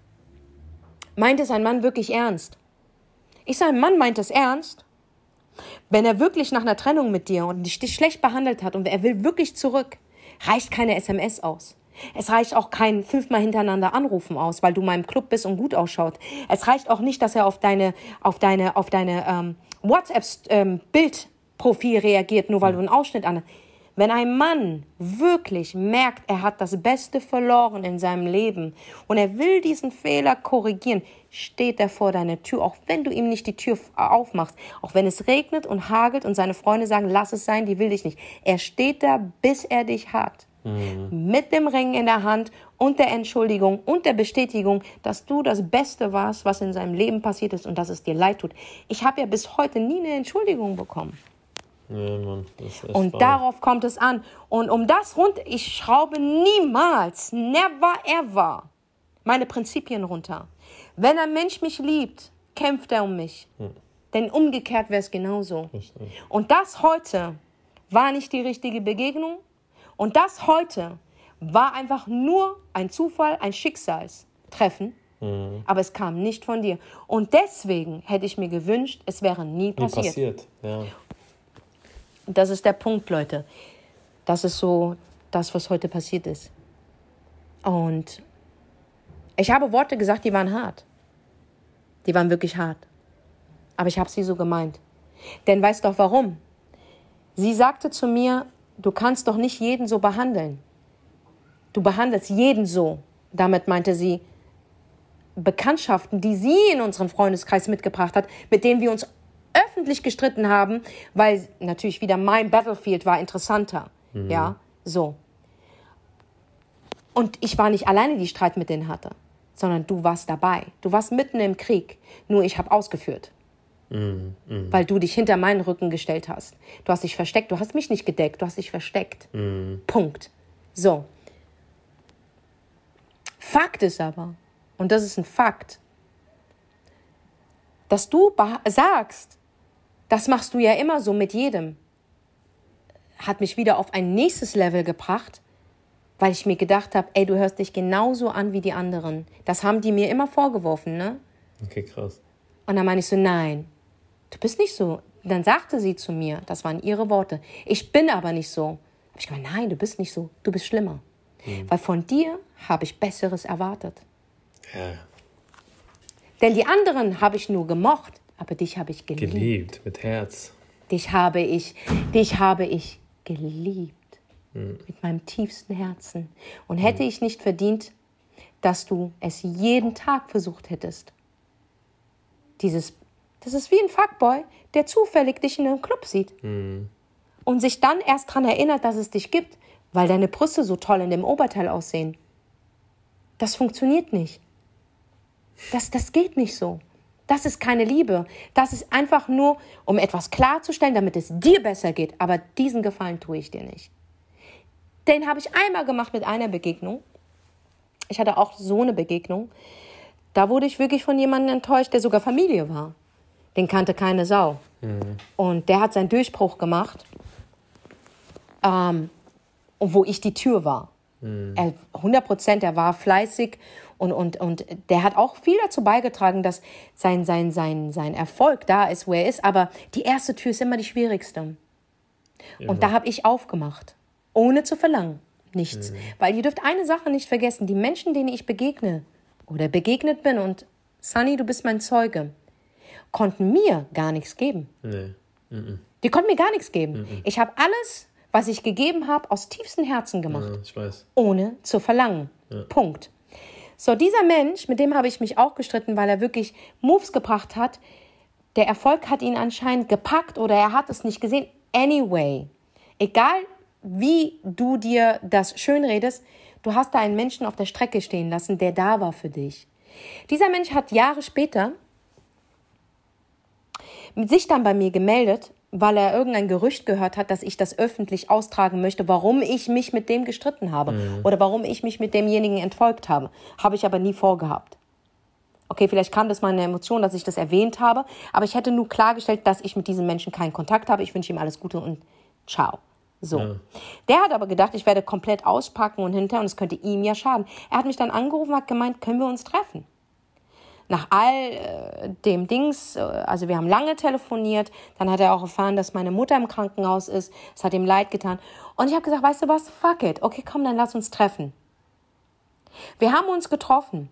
meint es ein Mann wirklich ernst? Ich sage, ein Mann meint es ernst, wenn er wirklich nach einer Trennung mit dir und dich schlecht behandelt hat und er will wirklich zurück, reicht keine S M S aus. Es reicht auch kein fünfmal hintereinander Anrufen aus, weil du mal im Club bist und gut ausschaut. Es reicht auch nicht, dass er auf deine, auf deine, auf deine ähm, WhatsApp-Bildprofil ähm, reagiert, nur weil du einen Ausschnitt an. Wenn ein Mann wirklich merkt, er hat das Beste verloren in seinem Leben und er will diesen Fehler korrigieren, steht er vor deiner Tür, auch wenn du ihm nicht die Tür aufmachst, auch wenn es regnet und hagelt und seine Freunde sagen, lass es sein, die will dich nicht. Er steht da, bis er dich hat. Mhm. Mit dem Ring in der Hand und der Entschuldigung und der Bestätigung, dass du das Beste warst, was in seinem Leben passiert ist und dass es dir leid tut. Ich habe ja bis heute nie eine Entschuldigung bekommen. Ja, Mann, das ist echt und wahr. Darauf kommt es an. Und um das rund, ich schraube niemals, never ever, meine Prinzipien runter. Wenn ein Mensch mich liebt, kämpft er um mich. Hm. Denn umgekehrt wäre es genauso. Richtig. Und das heute war nicht die richtige Begegnung. Und das heute war einfach nur ein Zufall, ein Schicksalstreffen. Mhm. Aber es kam nicht von dir. Und deswegen hätte ich mir gewünscht, es wäre nie passiert. Nie passiert, ja. Und das ist der Punkt, Leute. Das ist so das, was heute passiert ist. Und ich habe Worte gesagt, die waren hart. Die waren wirklich hart. Aber ich habe sie so gemeint. Denn weißt doch warum? Sie sagte zu mir, du kannst doch nicht jeden so behandeln. Du behandelst jeden so. Damit meinte sie Bekanntschaften, die sie in unseren Freundeskreis mitgebracht hat, mit denen wir uns öffentlich gestritten haben, weil natürlich wieder mein Battlefield war interessanter. Mhm. Ja, so. Und ich war nicht alleine, die Streit mit denen hatte, sondern du warst dabei. Du warst mitten im Krieg, nur ich habe ausgeführt. Mm, mm. Weil du dich hinter meinen Rücken gestellt hast. Du hast dich versteckt, du hast mich nicht gedeckt, du hast dich versteckt. Mm. Punkt. So. Fakt ist aber, und das ist ein Fakt, dass du sagst, das machst du ja immer so mit jedem, hat mich wieder auf ein nächstes Level gebracht, weil ich mir gedacht habe, ey, du hörst dich genauso an wie die anderen. Das haben die mir immer vorgeworfen, ne? Okay, krass. Und dann meine ich so, nein, du bist nicht so. Dann sagte sie zu mir, das waren ihre Worte, ich bin aber nicht so. Habe ich gemeint, nein, du bist nicht so, du bist schlimmer. Mhm. Weil von dir habe ich Besseres erwartet. Ja. Denn die anderen habe ich nur gemocht, aber dich habe ich geliebt. Geliebt, mit Herz. Dich habe ich, dich habe ich geliebt. Mhm. Mit meinem tiefsten Herzen. Und hätte mhm. ich nicht verdient, dass du es jeden Tag versucht hättest. Dieses, das ist wie ein Fuckboy, der zufällig dich in einem Club sieht. Mhm. Und sich dann erst daran erinnert, dass es dich gibt, weil deine Brüste so toll in dem Oberteil aussehen. Das funktioniert nicht. Das, das geht nicht so. Das ist keine Liebe. Das ist einfach nur, um etwas klarzustellen, damit es dir besser geht. Aber diesen Gefallen tue ich dir nicht. Den habe ich einmal gemacht mit einer Begegnung. Ich hatte auch so eine Begegnung. Da wurde ich wirklich von jemandem enttäuscht, der sogar Familie war. Den kannte keine Sau. Mhm. Und der hat seinen Durchbruch gemacht, ähm, wo ich die Tür war. Mhm. Er, hundert Prozent, er war fleißig und, und, und der hat auch viel dazu beigetragen, dass sein, sein, sein, sein Erfolg da ist, wo er ist. Aber die erste Tür ist immer die schwierigste. Ja. Und da habe ich aufgemacht, ohne zu verlangen. Nichts. Mhm. Weil ihr dürft eine Sache nicht vergessen, die Menschen, denen ich begegne oder begegnet bin, und Sunny, du bist mein Zeuge, konnten mir gar nichts geben. Nee. Mhm. Die konnten mir gar nichts geben. Mhm. Ich habe alles, was ich gegeben habe, aus tiefstem Herzen gemacht. Ja, ich weiß. Ohne zu verlangen. Ja. Punkt. So, dieser Mensch, mit dem habe ich mich auch gestritten, weil er wirklich Moves gebracht hat. Der Erfolg hat ihn anscheinend gepackt oder er hat es nicht gesehen. Anyway, egal wie du dir das schönredest, du hast da einen Menschen auf der Strecke stehen lassen, der da war für dich. Dieser Mensch hat Jahre später sich dann bei mir gemeldet, weil er irgendein Gerücht gehört hat, dass ich das öffentlich austragen möchte, warum ich mich mit dem gestritten habe mhm. oder warum ich mich mit demjenigen entfolgt habe. Habe ich aber nie vorgehabt. Okay, vielleicht kam das mal in der Emotion, dass ich das erwähnt habe, aber ich hätte nur klargestellt, dass ich mit diesem Menschen keinen Kontakt habe. Ich wünsche ihm alles Gute und ciao. So. Ja. Der hat aber gedacht, ich werde komplett auspacken und hinterher und es könnte ihm ja schaden. Er hat mich dann angerufen und hat gemeint, können wir uns treffen? Nach all äh, dem Dings, äh, also wir haben lange telefoniert, dann hat er auch erfahren, dass meine Mutter im Krankenhaus ist, es hat ihm leid getan. Und ich habe gesagt, weißt du was, fuck it, okay, komm, dann lass uns treffen. Wir haben uns getroffen.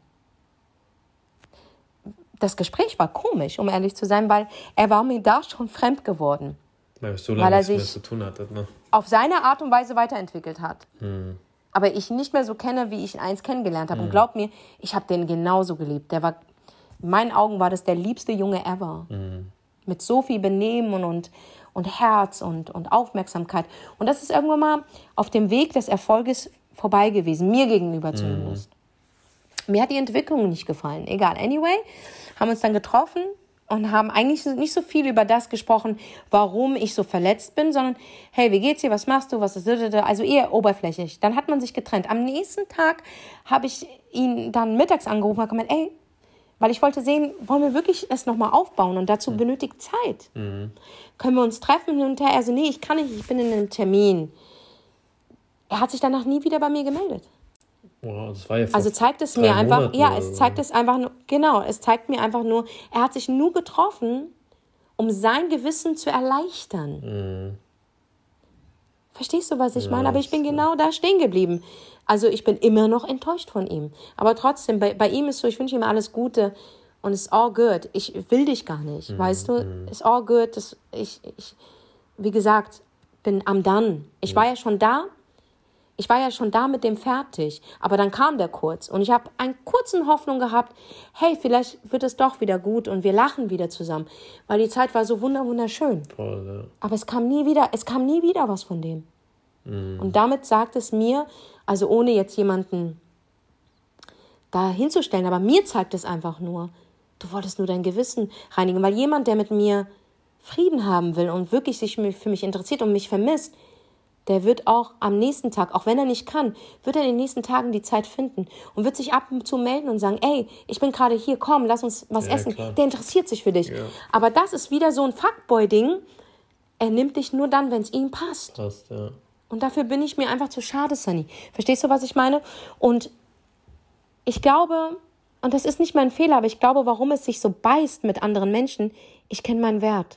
Das Gespräch war komisch, um ehrlich zu sein, weil er war mir da schon fremd geworden. Weil, so lange weil er nichts sich mehr zu tun hatte, ne? auf seine Art und Weise weiterentwickelt hat. Hm. Aber ich ihn nicht mehr so kenne, wie ich ihn einst kennengelernt habe. Hm. Und glaub mir, ich habe den genauso geliebt. Der war, in meinen Augen war das der liebste Junge ever. Hm. Mit so viel Benehmen und, und, und Herz und, und Aufmerksamkeit. Und das ist irgendwann mal auf dem Weg des Erfolges vorbei gewesen. Mir gegenüber hm. zumindest. Mir hat die Entwicklung nicht gefallen. Egal. Anyway, haben uns dann getroffen und haben eigentlich nicht so viel über das gesprochen, warum ich so verletzt bin, sondern, hey, wie geht's dir, was machst du, was ist das, also eher oberflächlich. Dann hat man sich getrennt. Am nächsten Tag habe ich ihn dann mittags angerufen und gemeint, ey, weil ich wollte sehen, wollen wir wirklich es nochmal aufbauen und dazu mhm. benötigt Zeit. Mhm. Können wir uns treffen und hinterher, also nee, ich kann nicht, ich bin in einem Termin. Er hat sich danach nie wieder bei mir gemeldet. Wow, das war ja also zeigt es mir einfach, Monate ja, es zeigt es einfach nur, genau, es zeigt mir einfach nur, er hat sich nur getroffen, um sein Gewissen zu erleichtern. Mhm. Verstehst du, was ich ja, meine? Aber ich bin genau da stehen geblieben. Also ich bin immer noch enttäuscht von ihm. Aber trotzdem, bei, bei ihm ist so, ich wünsche ihm alles Gute und it's all good. Ich will dich gar nicht, mhm. weißt du? Mhm. It's all good. Das, ich, ich, wie gesagt, bin am done. Ich mhm. war ja schon da. Ich war ja schon da mit dem fertig, aber dann kam der kurz und ich habe eine kurze Hoffnung gehabt, hey, vielleicht wird es doch wieder gut und wir lachen wieder zusammen, weil die Zeit war so wunderschön. Voll, ja. Aber es kam nie wieder, es kam nie wieder was von dem. Mm. Und damit sagt es mir, also ohne jetzt jemanden da hinzustellen, aber mir zeigt es einfach nur, du wolltest nur dein Gewissen reinigen, weil jemand, der mit mir Frieden haben will und wirklich sich für mich interessiert und mich vermisst, der wird auch am nächsten Tag, auch wenn er nicht kann, wird er in den nächsten Tagen die Zeit finden und wird sich ab und zu melden und sagen, ey, ich bin gerade hier, komm, lass uns was ja, essen. Klar. Der interessiert sich für dich. Ja. Aber das ist wieder so ein Fuckboy-Ding. Er nimmt dich nur dann, wenn es ihm passt. Passt, ja. Und dafür bin ich mir einfach zu schade, Sunny. Verstehst du, was ich meine? Und ich glaube, und das ist nicht mein Fehler, aber ich glaube, warum es sich so beißt mit anderen Menschen, ich kenne meinen Wert.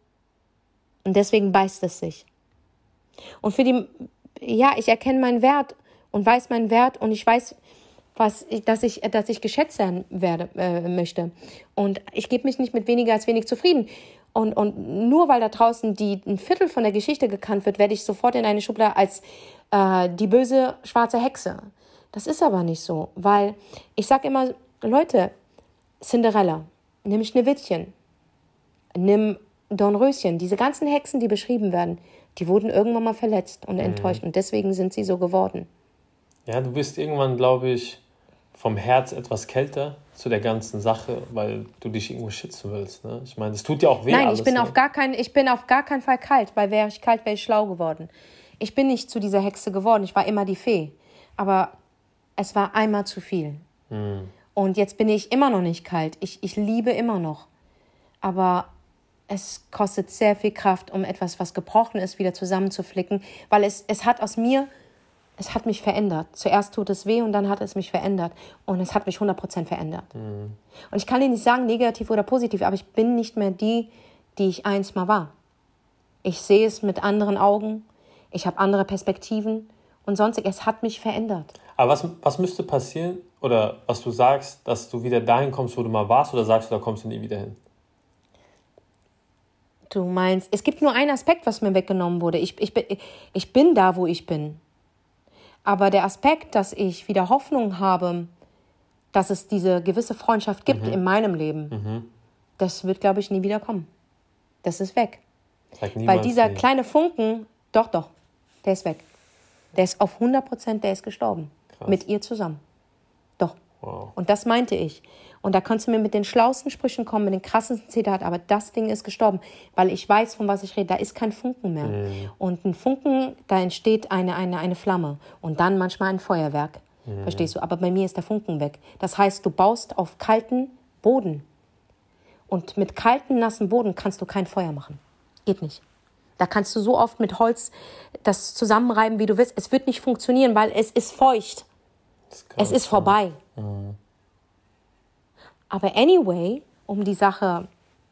Und deswegen beißt es sich. Und für die, ja, ich erkenne meinen Wert und weiß meinen Wert und ich weiß, was, dass ich, dass ich geschätzt werden werde, äh, möchte. Und ich gebe mich nicht mit weniger als wenig zufrieden. Und, und nur weil da draußen die, ein Viertel von der Geschichte gekannt wird, werde ich sofort in eine Schublade als äh, die böse schwarze Hexe. Das ist aber nicht so, weil ich sage immer, Leute, Cinderella, nimm Schneewittchen, nimm Dornröschen, diese ganzen Hexen, die beschrieben werden, Die wurden irgendwann mal verletzt und enttäuscht mhm. und deswegen sind sie so geworden. Ja, du bist irgendwann, glaube ich, vom Herz etwas kälter zu der ganzen Sache, weil du dich irgendwo schützen willst. Ne? Ich meine, es tut dir auch weh. Nein, alles, ich bin, ne? auf gar kein, ich bin auf gar keinen Fall kalt, weil wäre ich kalt, wäre ich schlau geworden. Ich bin nicht zu dieser Hexe geworden, ich war immer die Fee. Aber es war einmal zu viel. Mhm. Und jetzt bin ich immer noch nicht kalt. Ich, ich liebe immer noch. Aber es kostet sehr viel Kraft, um etwas, was gebrochen ist, wieder zusammenzuflicken, weil es, es hat aus mir, es hat mich verändert. Zuerst tut es weh und dann hat es mich verändert. Und es hat mich hundert Prozent verändert. Mhm. Und ich kann dir nicht sagen, negativ oder positiv, aber ich bin nicht mehr die, die ich einst mal war. Ich sehe es mit anderen Augen, ich habe andere Perspektiven und sonstig, es hat mich verändert. Aber was, was müsste passieren, oder was du sagst, dass du wieder dahin kommst, wo du mal warst, oder sagst du, da kommst du nie wieder hin? Du meinst, es gibt nur einen Aspekt, was mir weggenommen wurde. Ich, ich, bin, ich bin da, wo ich bin. Aber der Aspekt, dass ich wieder Hoffnung habe, dass es diese gewisse Freundschaft gibt mhm. in meinem Leben, mhm. das wird, glaube ich, nie wieder kommen. Das ist weg. Weil dieser nie. kleine Funken, doch, doch, der ist weg. Der ist auf hundert Prozent, der ist gestorben. Krass. Mit ihr zusammen. Doch. Wow. Und das meinte ich. Und da kannst du mir mit den schlauesten Sprüchen kommen, mit den krassesten Zitaten, aber das Ding ist gestorben, weil ich weiß, von was ich rede. Da ist kein Funken mehr. Mhm. Und ein Funken, da entsteht eine, eine, eine Flamme und dann manchmal ein Feuerwerk. Mhm. Verstehst du? Aber bei mir ist der Funken weg. Das heißt, du baust auf kalten Boden. Und mit kalten, nassen Boden kannst du kein Feuer machen. Geht nicht. Da kannst du so oft mit Holz das zusammenreiben, wie du willst. Es wird nicht funktionieren, weil es ist feucht. Es ist vorbei. Mhm. Aber anyway, um die Sache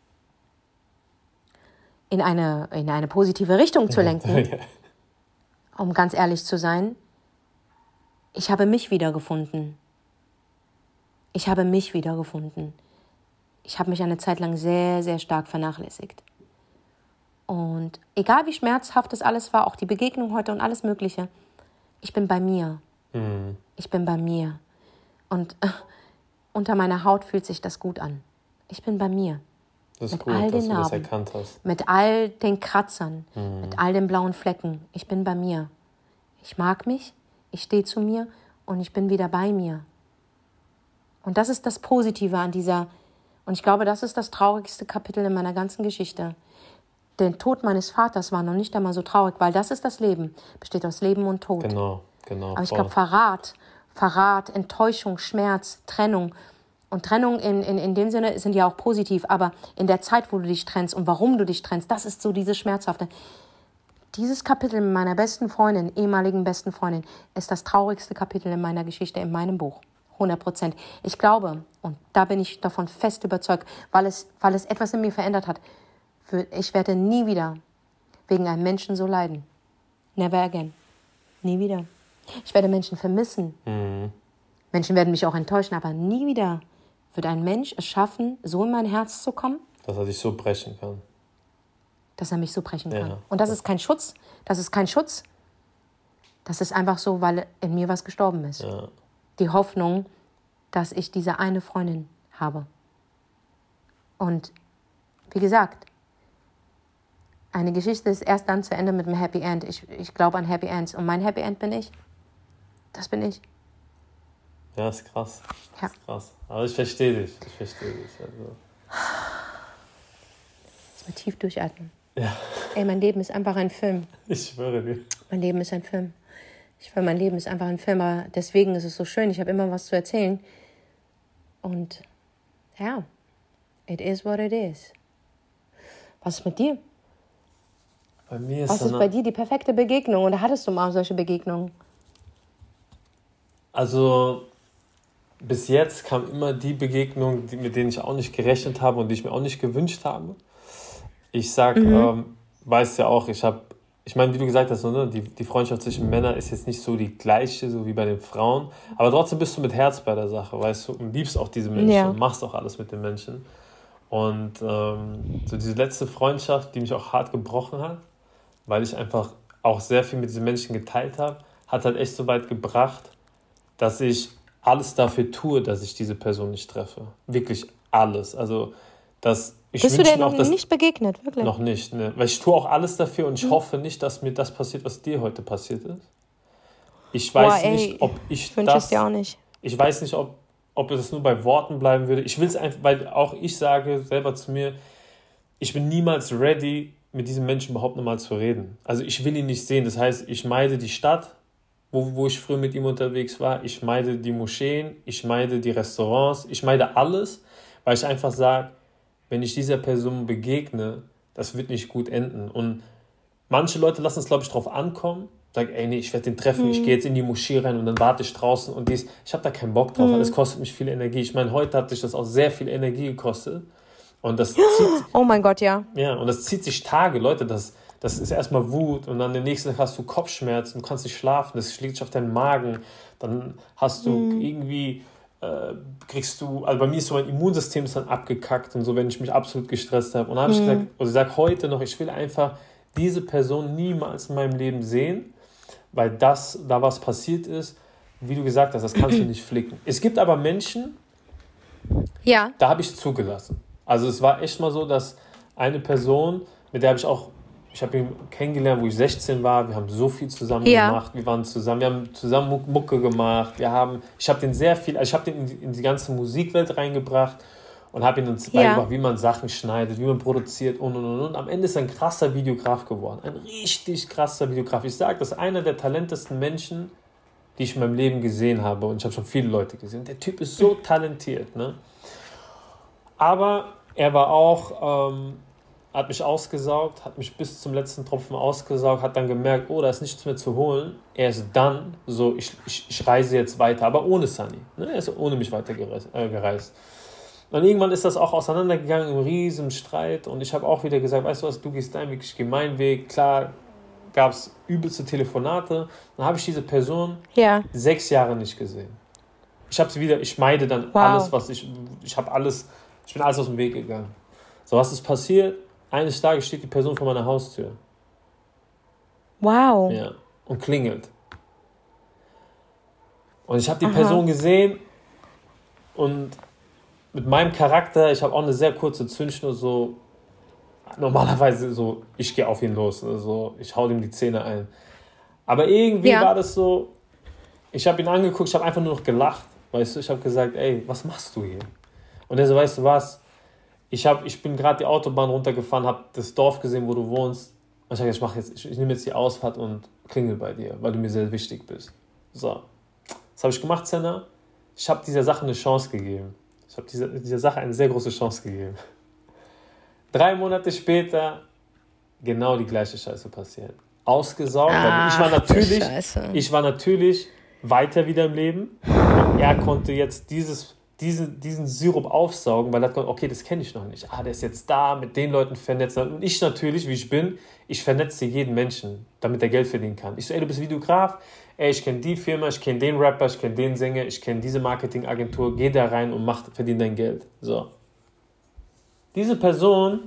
in eine, in eine positive Richtung zu lenken, ja. um ganz ehrlich zu sein, ich habe mich wiedergefunden. Ich habe mich wiedergefunden. Ich habe mich eine Zeit lang sehr, sehr stark vernachlässigt. Und egal wie schmerzhaft das alles war, auch die Begegnung heute und alles Mögliche, ich bin bei mir. Mhm. Ich bin bei mir. Und äh, unter meiner Haut fühlt sich das gut an. Ich bin bei mir. Das ist mit gut, all den dass du Narben, das erkannt hast. Mit all den Kratzern, mhm. mit all den blauen Flecken. Ich bin bei mir. Ich mag mich, ich stehe zu mir und ich bin wieder bei mir. Und das ist das Positive an dieser, und ich glaube, das ist das traurigste Kapitel in meiner ganzen Geschichte. Der Tod meines Vaters war noch nicht einmal so traurig, weil das ist das Leben, besteht aus Leben und Tod. Genau, genau. Aber ich glaube, Verrat, Verrat, Enttäuschung, Schmerz, Trennung. Und Trennung in, in, in dem Sinne sind ja auch positiv, aber in der Zeit, wo du dich trennst und warum du dich trennst, das ist so dieses Schmerzhafte. Dieses Kapitel mit meiner besten Freundin, ehemaligen besten Freundin, ist das traurigste Kapitel in meiner Geschichte, in meinem Buch. hundert Prozent. Ich glaube, und da bin ich davon fest überzeugt, weil es, weil es etwas in mir verändert hat, ich werde nie wieder wegen einem Menschen so leiden. Never again. Nie wieder. Ich werde Menschen vermissen. Mhm. Menschen werden mich auch enttäuschen, aber nie wieder wird ein Mensch es schaffen, so in mein Herz zu kommen. Dass er dich so brechen kann. Dass er mich so brechen kann. Ja. Und das ist kein Schutz. Das ist kein Schutz. Das ist einfach so, weil in mir was gestorben ist. Ja. Die Hoffnung, dass ich diese eine Freundin habe. Und wie gesagt, eine Geschichte ist erst dann zu Ende mit einem Happy End. Ich, ich glaube an Happy Ends. Und mein Happy End bin ich. Das bin ich. Ja, ist krass. Ja. Ist krass. Aber ich verstehe dich. Ich verstehe dich. Also. Jetzt mal tief durchatmen. Ja. Ey, mein Leben ist einfach ein Film. Ich schwöre dir. Mein Leben ist ein Film. Ich schwöre, mein Leben ist einfach ein Film. Aber deswegen ist es so schön. Ich habe immer was zu erzählen. Und ja, it is what it is. Was ist mit dir? Bei mir ist Was ist bei dir die perfekte Begegnung? Oder hattest du mal solche Begegnungen? Also, bis jetzt kam immer die Begegnung, die, mit denen ich auch nicht gerechnet habe und die ich mir auch nicht gewünscht habe. Ich sag, mhm. ähm, weißt ja auch, ich habe, ich meine, wie du gesagt hast, so, ne, die, die Freundschaft zwischen Männern ist jetzt nicht so die gleiche, so wie bei den Frauen. Aber trotzdem bist du mit Herz bei der Sache, weißt du, und liebst auch diese Menschen ja. und machst auch alles mit den Menschen. Und ähm, so diese letzte Freundschaft, die mich auch hart gebrochen hat, weil ich einfach auch sehr viel mit diesen Menschen geteilt habe, hat halt echt so weit gebracht, dass ich alles dafür tue, dass ich diese Person nicht treffe. Wirklich alles. Also, dass Ich Bist du wünsche dir mir noch auch, dass nicht begegnet, wirklich? noch nicht, ne? Weil ich tue auch alles dafür und ich Hm. hoffe nicht, dass mir das passiert, was dir heute passiert ist. Ich Boah, weiß ey, nicht, ob ich ich wünsche es dir das, auch nicht. ich weiß nicht, ob, ob es nur bei Worten bleiben würde. Ich will es einfach, weil auch ich sage selber zu mir, ich bin niemals ready, mit diesem Menschen überhaupt nochmal zu reden. Also ich will ihn nicht sehen. Das heißt, ich meide die Stadt, wo, wo ich früher mit ihm unterwegs war. Ich meide die Moscheen, ich meide die Restaurants, ich meide alles, weil ich einfach sage, wenn ich dieser Person begegne, das wird nicht gut enden. Und manche Leute lassen es, glaube ich, drauf ankommen, sagen, ey, nee, ich werde den treffen, ich gehe jetzt in die Moschee rein und dann warte ich draußen und dies. Ich habe da keinen Bock drauf, weil es kostet mich viel Energie. Ich meine, heute hat sich das auch sehr viel Energie gekostet. Und das zieht, Oh mein Gott, ja. ja, und das zieht sich Tage, Leute, das, das ist erstmal Wut und dann den nächsten Tag hast du Kopfschmerzen, du kannst nicht schlafen, das schlägt sich auf deinen Magen, dann hast du irgendwie, äh, kriegst du, also bei mir ist so mein Immunsystem ist dann abgekackt und so, wenn ich mich absolut gestresst habe. Und dann habe ich gesagt, also ich sage heute noch, ich will einfach diese Person niemals in meinem Leben sehen, weil das, da was passiert ist, wie du gesagt hast, das kannst du nicht flicken. Es gibt aber Menschen, Ja. da habe ich zugelassen. Also es war echt mal so, dass eine Person, mit der habe ich auch, ich habe ihn kennengelernt, wo ich sechzehn war, wir haben so viel zusammen Ja. gemacht, wir waren zusammen, wir haben zusammen Muck- Mucke gemacht, wir haben, ich habe den sehr viel, also ich habe den in die, in die ganze Musikwelt reingebracht und habe ihm dann beigebracht, wie man Sachen schneidet, wie man produziert und und und und. Am Ende ist er ein krasser Videograf geworden, ein richtig krasser Videograf. Ich sage, das ist einer der talentesten Menschen, die ich in meinem Leben gesehen habe und ich habe schon viele Leute gesehen. Der Typ ist so talentiert, ne? Aber er war auch, ähm, hat mich ausgesaugt, hat mich bis zum letzten Tropfen ausgesaugt, hat dann gemerkt, oh, da ist nichts mehr zu holen. Er ist dann so, ich, ich, ich reise jetzt weiter, aber ohne Sunny. Ne? Er ist ohne mich weiter gereist. Äh, gereist. Und irgendwann ist das auch auseinandergegangen im riesen Streit und ich habe auch wieder gesagt, weißt du was, du gehst deinen Weg, ich gehe meinen Weg. Klar gab es übelste Telefonate. Dann habe ich diese Person Ja. sechs Jahre nicht gesehen. Ich habe sie wieder, ich meide dann Wow. alles, was ich, ich habe alles, ich bin alles aus dem Weg gegangen. So, was ist passiert? Eines Tages steht die Person vor meiner Haustür. Wow. Ja, und klingelt. Und ich habe die Aha. Person gesehen und mit meinem Charakter, ich habe auch eine sehr kurze Zündschnur, so normalerweise so, ich gehe auf ihn los, also ich hau ihm die Zähne ein. Aber irgendwie Ja. war das so, ich habe ihn angeguckt, ich habe einfach nur noch gelacht, weißt du, ich habe gesagt, ey, was machst du hier? Und er so, weißt du was, ich, hab, ich bin gerade die Autobahn runtergefahren, habe das Dorf gesehen, wo du wohnst. Und ich habe gesagt, ich, mach jetzt, ich, ich nehme jetzt die Ausfahrt und klingel bei dir, weil du mir sehr wichtig bist. So, was habe ich gemacht, Senna? Ich habe dieser Sache eine Chance gegeben. Ich habe dieser, dieser Sache eine sehr große Chance gegeben. Drei Monate später genau die gleiche Scheiße passiert. Ausgesaugt, weil ich war Ach, du natürlich, Scheiße. ich war natürlich weiter wieder im Leben. Und er konnte jetzt dieses, diesen, diesen Sirup aufsaugen, weil er hat, okay, das kenne ich noch nicht. Ah, der ist jetzt da, mit den Leuten vernetzt. Und ich natürlich, wie ich bin, ich vernetze jeden Menschen, damit er Geld verdienen kann. Ich so, ey, du bist Videograf, ey, ich kenne die Firma, ich kenne den Rapper, ich kenne den Sänger, ich kenne diese Marketingagentur, geh da rein und mach, verdien dein Geld. So. Diese Person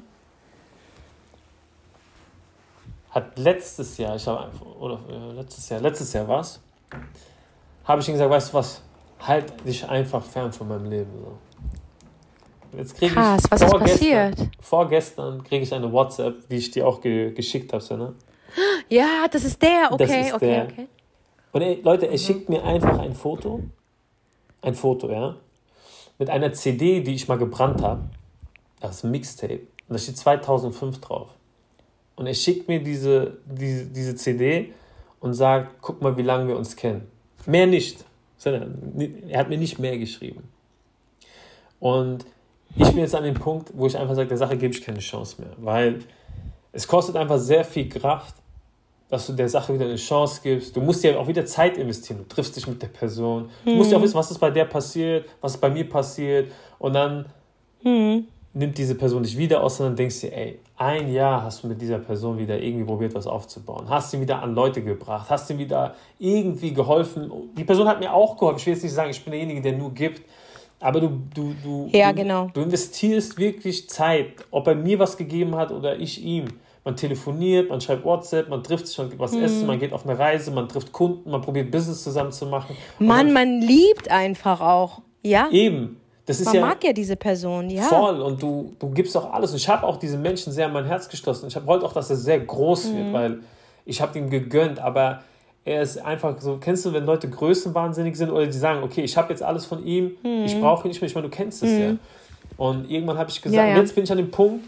hat letztes Jahr, ich habe oder äh, letztes Jahr, letztes Jahr war's, habe ich ihm gesagt, weißt du was, halt dich einfach fern von meinem Leben. So. Jetzt kriege Krass, ich was ist vorgestern, passiert? vorgestern kriege ich eine WhatsApp, die ich dir auch ge- geschickt habe, ne? Ja, das ist der. Okay, Das ist okay, der. okay. Und ey, Leute, er schickt mir einfach ein Foto, ein Foto, ja, mit einer C D, die ich mal gebrannt habe. Das ist ein Mixtape. Und da steht zweitausendfünf drauf. Und er schickt mir diese, diese, diese C D und sagt, guck mal, wie lange wir uns kennen. Mehr nicht. Er hat mir nicht mehr geschrieben. Und ich bin jetzt an dem Punkt, wo ich einfach sage, der Sache gebe ich keine Chance mehr. Weil es kostet einfach sehr viel Kraft, dass du der Sache wieder eine Chance gibst. Du musst ja auch wieder Zeit investieren. Du triffst dich mit der Person. Du musst ja auch wissen, was ist bei der passiert, was ist bei mir passiert. Und dann Hm. nimmt diese Person dich wieder aus und dann denkst du dir, ey, ein Jahr hast du mit dieser Person wieder irgendwie probiert, was aufzubauen. Hast ihn wieder an Leute gebracht, hast ihm wieder irgendwie geholfen. Die Person hat mir auch geholfen. Ich will jetzt nicht sagen, ich bin derjenige, der nur gibt. Aber du, du, du, Ja, du, genau. du investierst wirklich Zeit, ob er mir was gegeben hat oder ich ihm. Man telefoniert, man schreibt WhatsApp, man trifft sich, man geht was essen, man geht auf eine Reise, man trifft Kunden, man probiert Business zusammen zu machen. Und Mann, dann man liebt einfach auch. Ja? eben, das ist Man ja mag ja diese Person, ja. Voll. Und du, du gibst auch alles. Und ich habe auch diesen Menschen sehr in mein Herz geschlossen. Ich wollte auch, dass er sehr groß wird, mhm. weil ich habe ihm gegönnt. Aber er ist einfach so, kennst du, wenn Leute größenwahnsinnig sind oder die sagen, okay, ich habe jetzt alles von ihm, mhm. ich brauche ihn nicht mehr. Ich meine, du kennst es mhm. ja. Und irgendwann habe ich gesagt, ja, ja. jetzt bin ich an dem Punkt,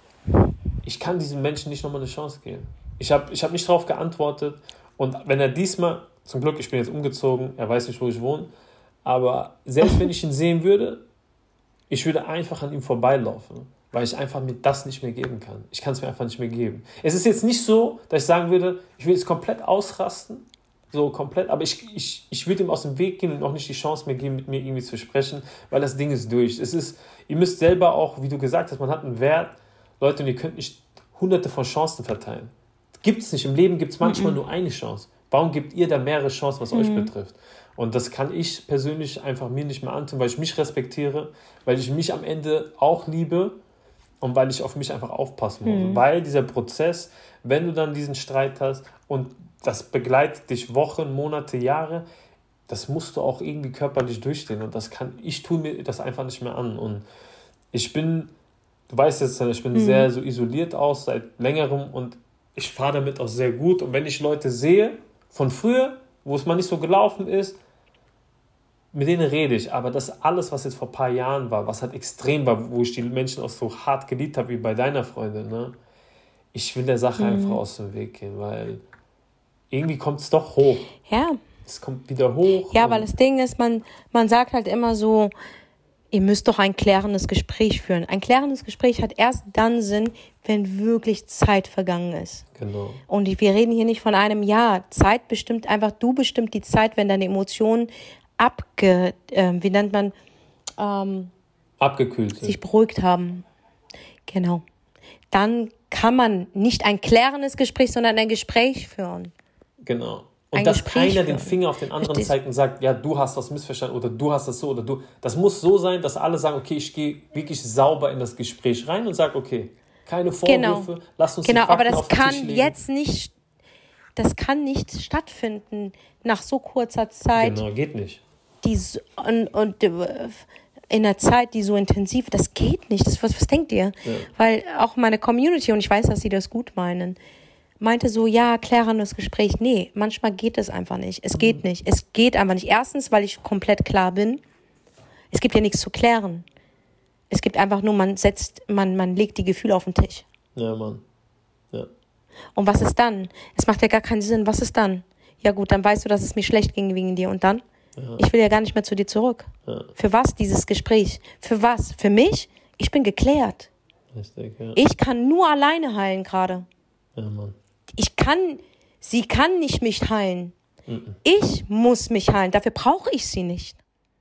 ich kann diesem Menschen nicht nochmal eine Chance geben. Ich habe ich hab nicht darauf geantwortet. Und wenn er diesmal, zum Glück, ich bin jetzt umgezogen, er weiß nicht, wo ich wohne, aber selbst wenn ich ihn sehen würde, ich würde einfach an ihm vorbeilaufen, weil ich einfach mir das nicht mehr geben kann. Ich kann es mir einfach nicht mehr geben. Es ist jetzt nicht so, dass ich sagen würde, ich will jetzt komplett ausrasten, so komplett, aber ich, ich, ich würde ihm aus dem Weg gehen und auch nicht die Chance mehr geben, mit mir irgendwie zu sprechen, weil das Ding ist durch. Es ist, ihr müsst selber auch, wie du gesagt hast, man hat einen Wert, Leute, und ihr könnt nicht hunderte von Chancen verteilen. Gibt es nicht. Im Leben gibt es manchmal mhm. nur eine Chance. Warum gebt ihr da mehrere Chancen, was mhm. euch betrifft? Und das kann ich persönlich einfach mir nicht mehr antun, weil ich mich respektiere, weil ich mich am Ende auch liebe und weil ich auf mich einfach aufpassen muss. Mhm. Weil dieser Prozess, wenn du dann diesen Streit hast und das begleitet dich Wochen, Monate, Jahre, das musst du auch irgendwie körperlich durchstehen. Und das kann, ich tue mir das einfach nicht mehr an. Und ich bin, du weißt jetzt, ich bin mhm. sehr so isoliert aus seit längerem und ich fahre damit auch sehr gut. Und wenn ich Leute sehe von früher, wo es mal nicht so gelaufen ist, mit denen rede ich. Aber das alles, was jetzt vor ein paar Jahren war, was halt extrem war, wo ich die Menschen auch so hart geliebt habe, wie bei deiner Freundin, ne? Ich will der Sache mhm. einfach aus dem Weg gehen, weil irgendwie kommt es doch hoch. Ja. Es kommt wieder hoch. Ja, weil das Ding ist, man, man sagt halt immer so, ihr müsst doch ein klärendes Gespräch führen. Ein klärendes Gespräch hat erst dann Sinn, wenn wirklich Zeit vergangen ist. Genau. Und wir reden hier nicht von einem Jahr. Zeit bestimmt einfach, du bestimmt die Zeit, wenn deine Emotionen abge, äh, wie nennt man, ähm, abgekühlt sind. Sich beruhigt haben. Genau. Dann kann man nicht ein klärendes Gespräch, sondern ein Gespräch führen. Genau. Und ein dass Gespräch keiner führen. Den Finger auf den anderen Verstehst? Zeigt und sagt, ja, du hast was missverstanden oder du hast das so oder du. Das muss so sein, dass alle sagen, okay, ich gehe wirklich sauber in das Gespräch rein und sage, okay, keine Vorwürfe, genau. lass uns genau, die Fakten aber das auf den kann Tisch legen. jetzt nicht, das kann nicht stattfinden nach so kurzer Zeit. Genau, geht nicht. Die so, und, und in einer Zeit, die so intensiv, das geht nicht. Das, was, was denkt ihr? Ja. Weil auch meine Community, und ich weiß, dass sie das gut meinen, meinte so, ja, klärendes Gespräch. Nee, manchmal geht es einfach nicht. Es geht mhm. nicht. Es geht einfach nicht. Erstens, weil ich komplett klar bin. Es gibt ja nichts zu klären. Es gibt einfach nur, man setzt, man, man legt die Gefühle auf den Tisch. Ja, Mann. Ja. Und was ist dann? Es macht ja gar keinen Sinn. Was ist dann? Ja gut, dann weißt du, dass es mir schlecht ging wegen dir. Und dann? Ja. Ich will ja gar nicht mehr zu dir zurück. Ja. Für was dieses Gespräch? Für was? Für mich? Ich bin geklärt. Richtig, ja. Ich kann nur alleine heilen gerade. Ja, Mann. Ich kann, sie kann nicht mich heilen. Mhm. Ich muss mich heilen. Dafür brauche ich sie nicht.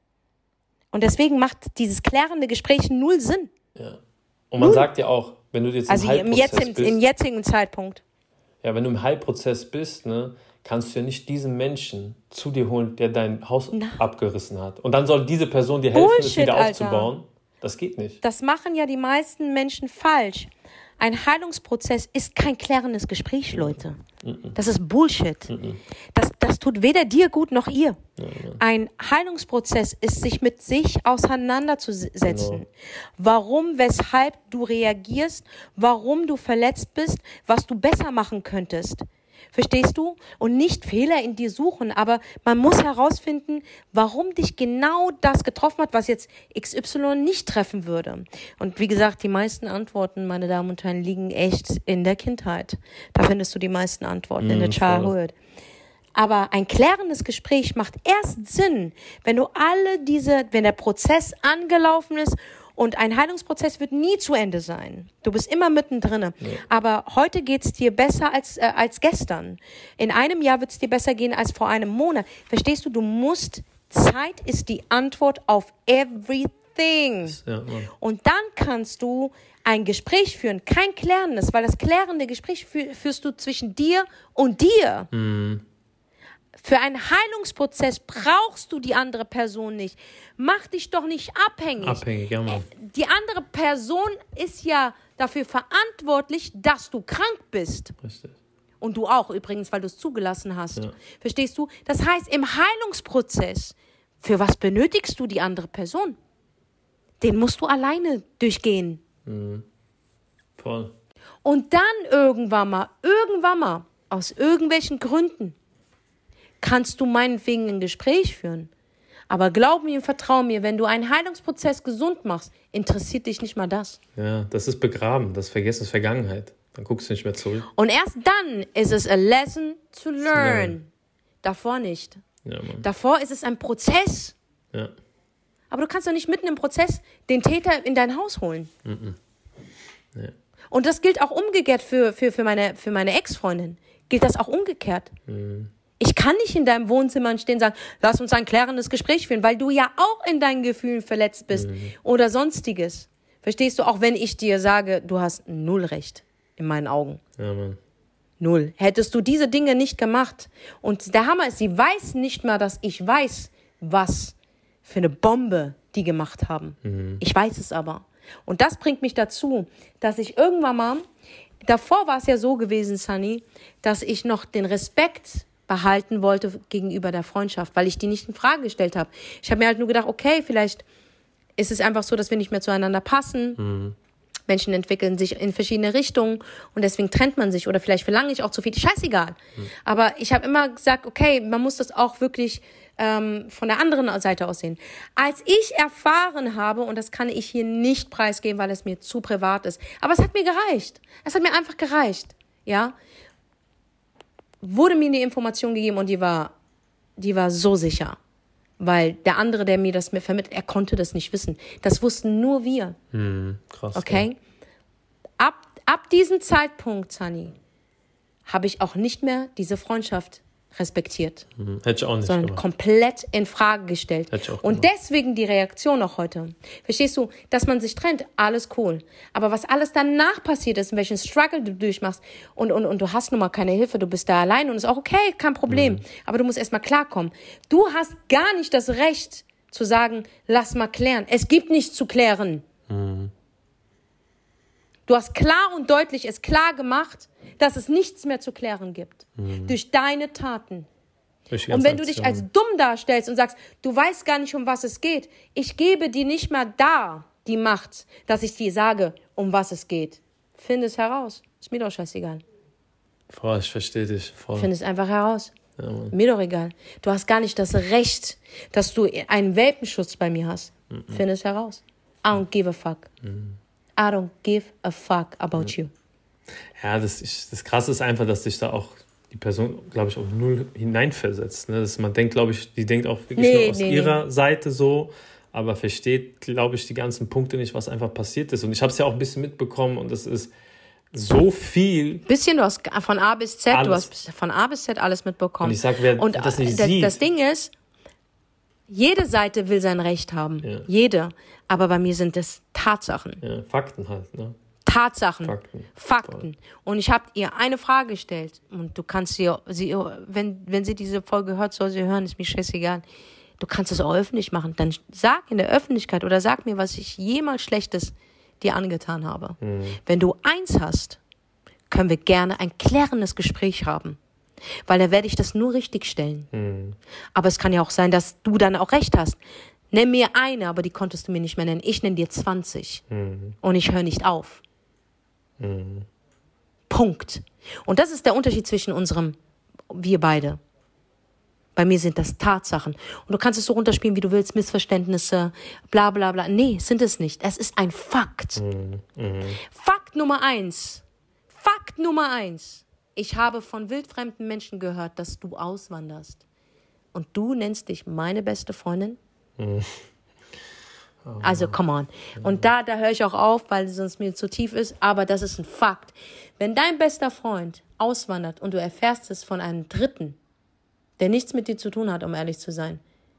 Und deswegen macht dieses klärende Gespräch null Sinn. Ja. Und man null. Sagt ja auch, wenn du jetzt also im Heilprozess jetzt im, bist. Im jetzigen Zeitpunkt. Ja, wenn du im Heilprozess bist, ne, kannst du ja nicht diesen Menschen zu dir holen, der dein Haus Na. abgerissen hat. Und dann soll diese Person dir helfen, Bullshit, es wieder Alter. aufzubauen. Das geht nicht. Das machen ja die meisten Menschen falsch. Ein Heilungsprozess ist kein klärendes Gespräch, Leute. Mm-mm. Das ist Bullshit. Mm-mm. Das, das tut weder dir gut noch ihr. Ja, ja. Ein Heilungsprozess ist, sich mit sich auseinanderzusetzen. Genau. Warum, weshalb du reagierst, warum du verletzt bist, was du besser machen könntest. Verstehst du? Und nicht Fehler in dir suchen, aber man muss herausfinden, warum dich genau das getroffen hat, was jetzt X Y nicht treffen würde. Und wie gesagt, die meisten Antworten, meine Damen und Herren, liegen echt in der Kindheit. Da findest du die meisten Antworten, mm, in der Childhood. Aber ein klärendes Gespräch macht erst Sinn, wenn du alle diese, wenn der Prozess angelaufen ist. Und ein Heilungsprozess wird nie zu Ende sein. Du bist immer mittendrin. Ja. Aber heute geht's dir besser als, äh, als gestern. In einem Jahr wird's dir besser gehen als vor einem Monat. Verstehst du? Du musst, Zeit ist die Antwort auf everything. Ja, und dann kannst du ein Gespräch führen. Kein klärendes, weil das klärende Gespräch fü- führst du zwischen dir und dir. Mhm. Für einen Heilungsprozess brauchst du die andere Person nicht. Mach dich doch nicht abhängig. Abhängig, ja, Mann. Die andere Person ist ja dafür verantwortlich, dass du krank bist. Richtig. Und du auch übrigens, weil du es zugelassen hast. Ja. Verstehst du? Das heißt, im Heilungsprozess, für was benötigst du die andere Person? den musst du alleine durchgehen. Mhm. Voll. Und dann irgendwann mal, irgendwann mal, aus irgendwelchen Gründen, kannst du meinetwegen ein Gespräch führen. Aber glaub mir und vertrau mir, wenn du einen Heilungsprozess gesund machst, interessiert dich nicht mal das. Ja, das ist begraben, das Vergessen ist Vergangenheit. Dann guckst du nicht mehr zurück. Und erst dann ist es a lesson to learn. Davor nicht. Ja, Mann. Davor ist es ein Prozess. Ja. Aber du kannst doch nicht mitten im Prozess den Täter in dein Haus holen. Mhm. Ja. Und das gilt auch umgekehrt für, für, für meine, für meine Ex-Freundin. Gilt das auch umgekehrt. Mhm. Ich kann nicht in deinem Wohnzimmer stehen und sagen, lass uns ein klärendes Gespräch führen, weil du ja auch in deinen Gefühlen verletzt bist mhm. oder sonstiges. Verstehst du? Auch wenn ich dir sage, du hast null Recht in meinen Augen. Ja, Mann. Null. Hättest du diese Dinge nicht gemacht. Und der Hammer ist, sie weiß nicht mal, dass ich weiß, was für eine Bombe die gemacht haben. Mhm. Ich weiß es aber. Und das bringt mich dazu, dass ich irgendwann mal, davor war es ja so gewesen, Sunny, dass ich noch den Respekt behalten wollte gegenüber der Freundschaft, weil ich die nicht in Frage gestellt habe. Ich habe mir halt nur gedacht, okay, vielleicht ist es einfach so, dass wir nicht mehr zueinander passen. Mhm. Menschen entwickeln sich in verschiedene Richtungen und deswegen trennt man sich oder vielleicht verlange ich auch zu viel. Scheißegal. Mhm. Aber ich habe immer gesagt, okay, man muss das auch wirklich ähm, von der anderen Seite aus sehen. Als ich erfahren habe, und das kann ich hier nicht preisgeben, weil es mir zu privat ist, aber es hat mir gereicht. Es hat mir einfach gereicht. Ja, wurde mir die Information gegeben und die war, die war so sicher. Weil der andere, der mir das vermittelt, er konnte das nicht wissen. Das wussten nur wir. Hm, krass. Okay? Ja. Ab, ab diesem Zeitpunkt, Sunny, habe ich auch nicht mehr diese Freundschaft respektiert. Hm, hätte ich auch nicht sondern gemacht. komplett in Frage gestellt. Hätte ich auch Und gemacht. deswegen die Reaktion auch heute. Verstehst du, dass man sich trennt, alles cool. Aber was alles danach passiert ist, in welchen Struggle du durchmachst und, und, und du hast nun mal keine Hilfe, du bist da allein und ist auch okay, kein Problem. Mhm. Aber du musst erst mal klarkommen. Du hast gar nicht das Recht zu sagen, lass mal klären. Es gibt nichts zu klären. Mhm. Du hast klar und deutlich es klar gemacht, dass es nichts mehr zu klären gibt. Mhm. Durch deine Taten. Durch und wenn du dich als dumm darstellst und sagst, du weißt gar nicht, um was es geht, ich gebe dir nicht mal da die Macht, dass ich dir sage, um was es geht. Finde es heraus. Ist mir doch scheißegal. Voll, ich verstehe dich. Voll. Finde es einfach heraus. Ja, mir doch egal. Du hast gar nicht das Recht, dass du einen Welpenschutz bei mir hast. Mhm. Finde es heraus. I don't give a fuck. Mhm. I don't give a fuck about you. Ja, das, ich, das Krasse ist einfach, dass sich da auch die Person, glaube ich, auch null hineinversetzt. Ne? Dass man denkt, glaube ich, die denkt auch wirklich nee, nur aus nee, ihrer nee. Seite so, aber versteht, glaube ich, die ganzen Punkte nicht, was einfach passiert ist. Und ich habe es ja auch ein bisschen mitbekommen und es ist so viel. Bisschen, du hast von A bis Z, alles. du hast von A bis Z alles mitbekommen. Und ich sag, wer und das nicht das, sieht. Das Ding ist, jede Seite will sein Recht haben. Ja. Jede. Aber bei mir sind es Tatsachen. Ja, Fakten halt, ne? Tatsachen. Fakten. Fakten. Und ich habe ihr eine Frage gestellt. Und du kannst sie, sie wenn, wenn sie diese Folge hört, soll sie hören, ist mir scheißegal. Du kannst es auch öffentlich machen. Dann sag in der Öffentlichkeit oder sag mir, was ich jemals Schlechtes dir angetan habe. Mhm. Wenn du eins hast, können wir gerne ein klärendes Gespräch haben. Weil da werde ich das nur richtig stellen. Mhm. Aber es kann ja auch sein, dass du dann auch recht hast. Nenn mir eine, aber die konntest du mir nicht mehr nennen. Ich nenne dir zwanzig. Mhm. Und ich höre nicht auf. Mhm. Punkt. Und das ist der Unterschied zwischen unserem, wir beide. Bei mir sind das Tatsachen. Und du kannst es so runterspielen, wie du willst, Missverständnisse, bla bla bla. Nee, sind es nicht. Es ist ein Fakt. Mhm. Mhm. Fakt Nummer eins. Fakt Nummer eins. Ich habe von wildfremden Menschen gehört, dass du auswanderst. Und du nennst dich meine beste Freundin? Mhm. Oh. Also, come on. Und da, da höre ich auch auf, weil es sonst mir zu tief ist. Aber das ist ein Fakt. Wenn dein bester Freund auswandert und du erfährst es von einem Dritten, der nichts mit dir zu tun hat, um ehrlich zu sein.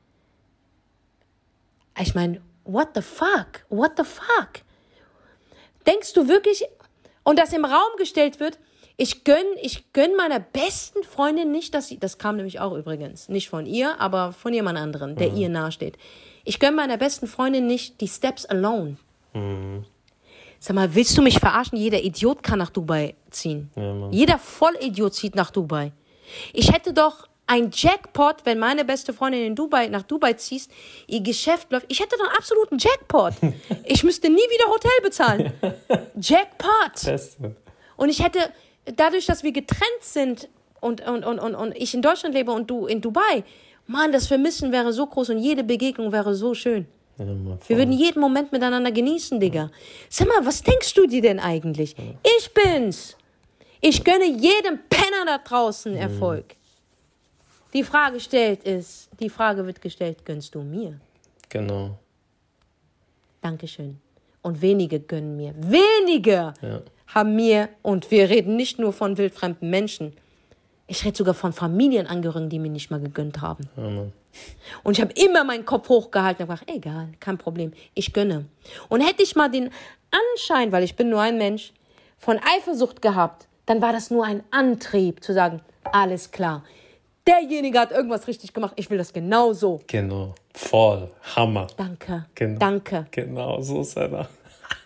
Ich meine, what the fuck? What the fuck? Denkst du wirklich, und das im Raum gestellt wird, ich gönn, ich gönn meiner besten Freundin nicht, dass sie, das kam nämlich auch übrigens, nicht von ihr, aber von jemand anderen, der mhm. ihr nahesteht. Ich gönn meiner besten Freundin nicht die Steps alone. Mhm. Sag mal, willst du mich verarschen? Jeder Idiot kann nach Dubai ziehen. Ja, Jeder Vollidiot zieht nach Dubai. Ich hätte doch ein Jackpot, wenn meine beste Freundin in Dubai, nach Dubai ziehst, ihr Geschäft läuft. Ich hätte dann absoluten Jackpot. Ich müsste nie wieder Hotel bezahlen. Jackpot. Beste. Und ich hätte, dadurch, dass wir getrennt sind und, und, und, und, und ich in Deutschland lebe und du in Dubai, Mann, das Vermissen wäre so groß und jede Begegnung wäre so schön. Ja, wir würden jeden Moment miteinander genießen, Digga. Sag mal, was denkst du dir denn eigentlich? Ja. Ich bin's. Ich gönne jedem Penner da draußen Erfolg. Mhm. Die Frage stellt ist, die Frage wird gestellt, gönnst du mir? Genau. Dankeschön. Und wenige gönnen mir. Wenige ja. haben mir, und wir reden nicht nur von wildfremden Menschen, ich rede sogar von Familienangehörigen, die mir nicht mal gegönnt haben. Ja, Mann. Und ich habe immer meinen Kopf hochgehalten und gesagt, egal, kein Problem, ich gönne. Und hätte ich mal den Anschein, weil ich bin nur ein Mensch, von Eifersucht gehabt, dann war das nur ein Antrieb, zu sagen, alles klar. Derjenige hat irgendwas richtig gemacht. Ich will das genau so. Genau. Voll. Hammer. Danke. Genau. Danke. Genau, so ist er da.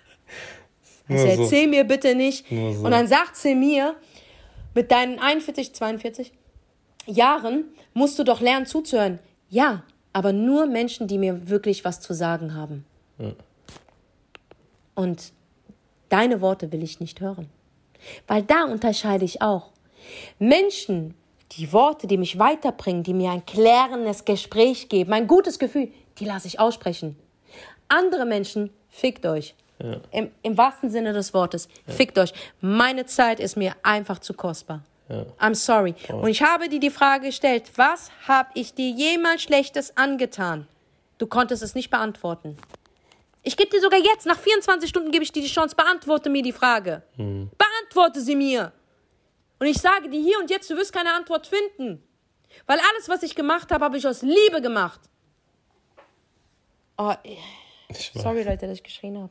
Also erzähl so. mir bitte nicht. So. Und dann sagt sie mir, mit deinen einundvierzig, zweiundvierzig Jahren musst du doch lernen zuzuhören. Ja, aber nur Menschen, die mir wirklich was zu sagen haben. Ja. Und deine Worte will ich nicht hören. Weil da unterscheide ich auch. Menschen, die Worte, die mich weiterbringen, die mir ein klärendes Gespräch geben, ein gutes Gefühl, die lasse ich aussprechen. Andere Menschen, fickt euch. Ja. Im, Im wahrsten Sinne des Wortes, ja. fickt euch. Meine Zeit ist mir einfach zu kostbar. Ja. I'm sorry. Oh. Und ich habe dir die Frage gestellt, was habe ich dir jemals Schlechtes angetan? Du konntest es nicht beantworten. Ich gebe dir sogar jetzt, nach vierundzwanzig Stunden gebe ich dir die Chance, beantworte mir die Frage. Hm. Beantworte sie mir. Und ich sage dir hier und jetzt, du wirst keine Antwort finden. Weil alles, was ich gemacht habe, habe ich aus Liebe gemacht. Oh, sorry, Leute, dass ich geschrien habe.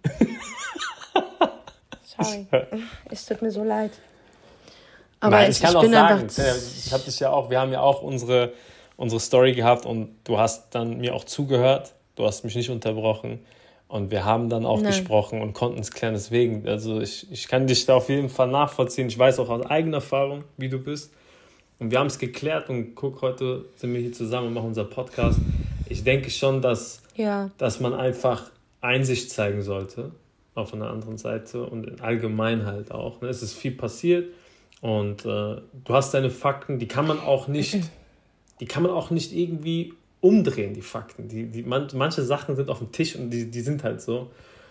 Sorry. Es tut mir so leid. Aber Nein, ich, ich kann ich auch sagen, einfach, ich habe dich ja auch, wir haben ja auch unsere, unsere Story gehabt und du hast dann mir auch zugehört. Du hast mich nicht unterbrochen. Und wir haben dann auch Nein. gesprochen und konnten es klären. Deswegen, also ich, ich kann dich da auf jeden Fall nachvollziehen. Ich weiß auch aus eigener Erfahrung, wie du bist. Und wir haben es geklärt und guck, heute sind wir hier zusammen und machen unser Podcast. Ich denke schon, dass, ja. dass man einfach Einsicht zeigen sollte auf einer anderen Seite und in allgemein halt auch. Ne? Es ist viel passiert und äh, du hast deine Fakten, die kann man auch nicht, die kann man auch nicht irgendwie umdrehen, die Fakten. Die, die, man, manche Sachen sind auf dem Tisch und die, die sind halt so.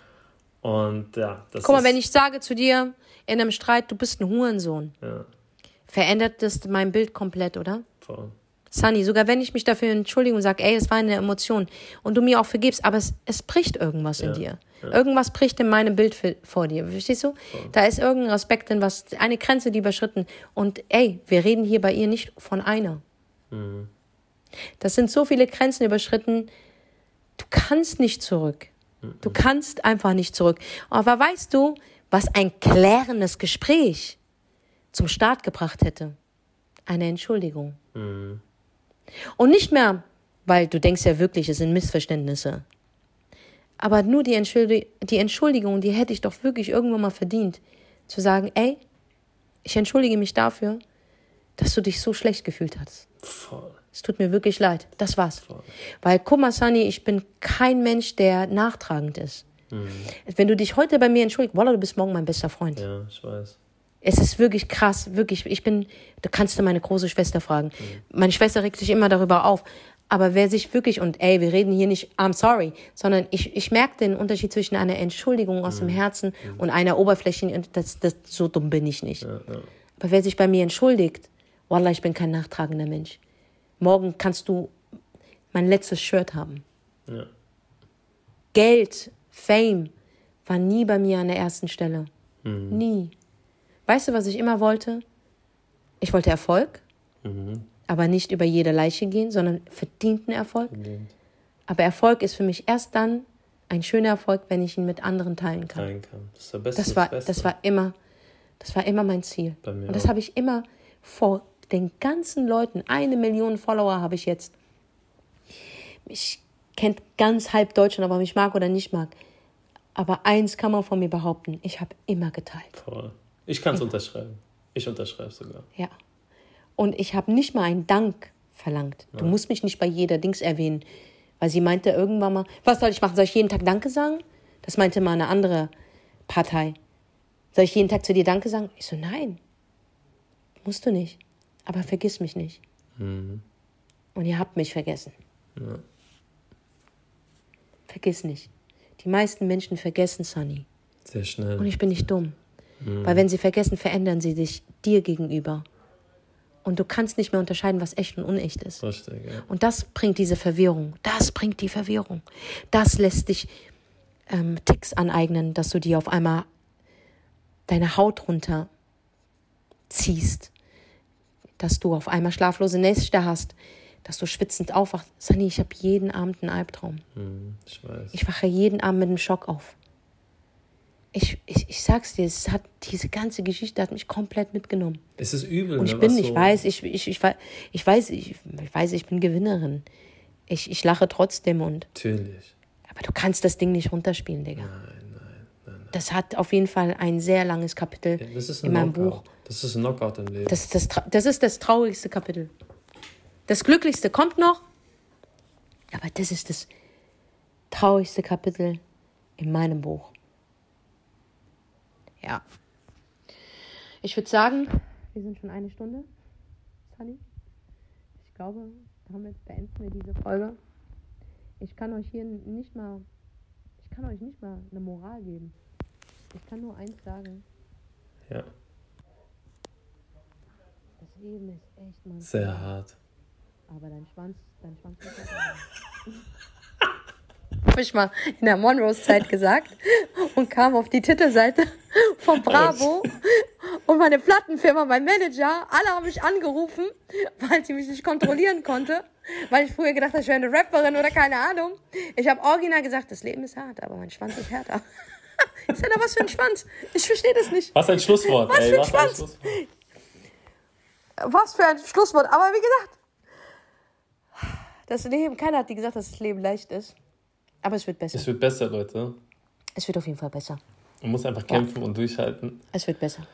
Und ja, das Guck mal, ist, wenn ich sage zu dir in einem Streit, du bist ein Hurensohn, ja. verändert das mein Bild komplett, oder? Voll. Sunny, sogar wenn ich mich dafür entschuldige und sage, ey, es war eine Emotion und du mir auch vergibst, aber es, es bricht irgendwas ja. in dir. Ja. Irgendwas bricht in meinem Bild für, vor dir, verstehst du? Voll. Da ist irgendein Aspekt in was, eine Grenze, die überschritten. Und ey, wir reden hier bei ihr nicht von einer. Mhm. Das sind so viele Grenzen überschritten, du kannst nicht zurück. Du kannst einfach nicht zurück. Aber weißt du, was ein klärendes Gespräch zum Start gebracht hätte? Eine Entschuldigung. Mhm. Und nicht mehr, weil du denkst ja wirklich, es sind Missverständnisse. Aber nur die, Entschuldi- die Entschuldigung, die hätte ich doch wirklich irgendwann mal verdient. Zu sagen, ey, ich entschuldige mich dafür, dass du dich so schlecht gefühlt hast. Voll. Es tut mir wirklich leid. Das war's. Voll. Weil, guck mal, Sunny, ich bin kein Mensch, der nachtragend ist. Mhm. Wenn du dich heute bei mir entschuldigst, Wallah, du bist morgen mein bester Freund. Ja, ich weiß. Es ist wirklich krass, wirklich. Ich bin, du kannst dir meine große Schwester fragen. Mhm. Meine Schwester regt sich immer darüber auf. Aber wer sich wirklich, und ey, wir reden hier nicht, I'm sorry, sondern ich, ich merke den Unterschied zwischen einer Entschuldigung aus mhm. dem Herzen mhm. und einer oberflächlichen, das, das, so dumm bin ich nicht. Ja, ja. Aber wer sich bei mir entschuldigt, Wallah, ich bin kein nachtragender Mensch. Morgen kannst du mein letztes Shirt haben. Ja. Geld, Fame war nie bei mir an der ersten Stelle. Mhm. Nie. Weißt du, was ich immer wollte? Ich wollte Erfolg, mhm. aber nicht über jede Leiche gehen, sondern verdienten Erfolg. Verdient. Aber Erfolg ist für mich erst dann ein schöner Erfolg, wenn ich ihn mit anderen teilen kann. Teilen kann. Das ist der Beste, das war, das Beste. Das war immer, das war immer mein Ziel. Bei mir Und das habe ich immer vor den ganzen Leuten, eine Million Follower habe ich jetzt. Mich kennt ganz halb Deutschland, ob er mich mag oder nicht mag. Aber eins kann man von mir behaupten, ich habe immer geteilt. Voll. Ich kann es unterschreiben. Ich unterschreibe sogar. Ja. Und ich habe nicht mal einen Dank verlangt. Ja. Du musst mich nicht bei jeder Dings erwähnen. Weil sie meinte irgendwann mal, was soll ich machen? Soll ich jeden Tag Danke sagen? Das meinte mal eine andere Partei. Soll ich jeden Tag zu dir Danke sagen? Ich so, nein. Musst du nicht. Aber vergiss mich nicht. Mhm. Und ihr habt mich vergessen. Ja. Vergiss nicht. Die meisten Menschen vergessen, Sunny. Sehr schnell. Und ich bin nicht dumm. Mhm. Weil wenn sie vergessen, verändern sie sich dir gegenüber. Und du kannst nicht mehr unterscheiden, was echt und unecht ist. Richtig, ja. Und das bringt diese Verwirrung. Das bringt die Verwirrung. Das lässt dich ähm, Ticks aneignen, dass du dir auf einmal deine Haut runter ziehst. Dass du auf einmal schlaflose Nächte hast. Dass du schwitzend aufwachst. Sunny, ich habe jeden Abend einen Albtraum. Hm, ich weiß. Ich wache jeden Abend mit einem Schock auf. Ich, ich, ich sag's dir, es hat, diese ganze Geschichte hat mich komplett mitgenommen. Es ist übel. Und ich ne, bin, was ich so weiß, ich, ich, ich, ich weiß, ich, ich weiß, ich bin Gewinnerin. Ich, ich lache trotzdem und. Natürlich. Aber du kannst das Ding nicht runterspielen, Digga. Nein, nein, nein, nein. Das hat auf jeden Fall ein sehr langes Kapitel ja, das ist ein in meinem Knockout. Buch. Das ist ein Knockout im Leben. Das ist das, das ist das traurigste Kapitel. Das glücklichste kommt noch, aber das ist das traurigste Kapitel in meinem Buch. Ja. Ich würde sagen, wir sind schon eine Stunde, Sunny. Ich glaube, damit beenden wir diese Folge. Ich kann euch hier nicht mal, ich kann euch nicht mal eine Moral geben. Ich kann nur eins sagen. Ja. Das Leben ist echt mal sehr hart. Aber dein Schwanz, dein Schwanz ist habe ich mal in der Monroe-Zeit gesagt und kam auf die Titelseite von Bravo und meine Plattenfirma, mein Manager, alle haben mich angerufen, weil sie mich nicht kontrollieren konnte, weil ich früher gedacht habe, ich wäre eine Rapperin oder keine Ahnung. Ich habe original gesagt, das Leben ist hart, aber mein Schwanz ist härter. Ich sage, was für ein Schwanz? Ich verstehe das nicht. Was ein Schlusswort, was ey. Für ein was Schwanz? ein Schlusswort. Was für ein Schlusswort. Aber wie gesagt, das Leben, keiner hat dir gesagt, dass das Leben leicht ist. Aber es wird besser. Es wird besser, Leute. Es wird auf jeden Fall besser. Man muss einfach kämpfen ja. und durchhalten. Es wird besser.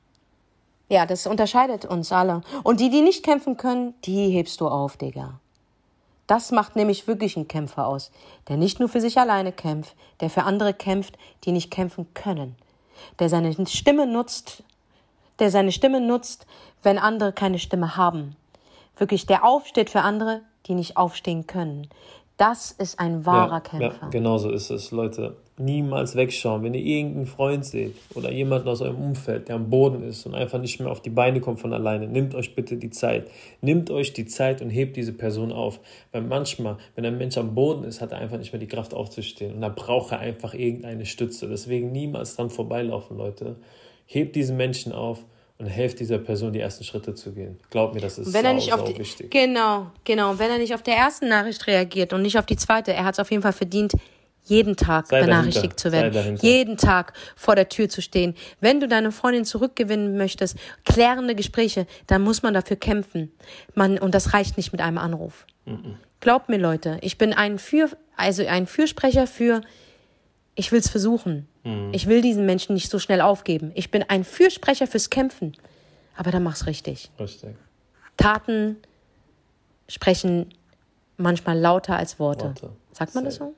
Ja, das unterscheidet uns alle. Und die, die nicht kämpfen können, die hebst du auf, Digga. Das macht nämlich wirklich einen Kämpfer aus. Der nicht nur für sich alleine kämpft, der für andere kämpft, die nicht kämpfen können. Der seine Stimme nutzt, der seine Stimme nutzt, wenn andere keine Stimme haben. Wirklich, der aufsteht für andere, die nicht aufstehen können. Das ist ein wahrer ja, Kämpfer. Ja, genau so ist es, Leute. Niemals wegschauen. Wenn ihr irgendeinen Freund seht oder jemanden aus eurem Umfeld, der am Boden ist und einfach nicht mehr auf die Beine kommt von alleine, nehmt euch bitte die Zeit. Nehmt euch die Zeit und hebt diese Person auf. Weil manchmal, wenn ein Mensch am Boden ist, hat er einfach nicht mehr die Kraft aufzustehen. Und da braucht er einfach irgendeine Stütze. Deswegen niemals dran vorbeilaufen, Leute. Hebt diesen Menschen auf und helft dieser Person, die ersten Schritte zu gehen. Glaubt mir, das ist wenn sau, er nicht auf sau die, wichtig. Genau, genau. Wenn er nicht auf der ersten Nachricht reagiert und nicht auf die zweite, er hat es auf jeden Fall verdient, jeden Tag Sei benachrichtigt dahinter. zu werden. Sei dahinter. Jeden Tag vor der Tür zu stehen. Wenn du deine Freundin zurückgewinnen möchtest, klärende Gespräche, dann muss man dafür kämpfen. Man, und das reicht nicht mit einem Anruf. Mhm. Glaubt mir, Leute, ich bin ein, für, also ein Fürsprecher für, ich will es versuchen. Mhm. Ich will diesen Menschen nicht so schnell aufgeben. Ich bin ein Fürsprecher fürs Kämpfen. Aber dann mach's richtig. Richtig. Taten sprechen manchmal lauter als Worte. Worte. Sagt man Sehr. das so?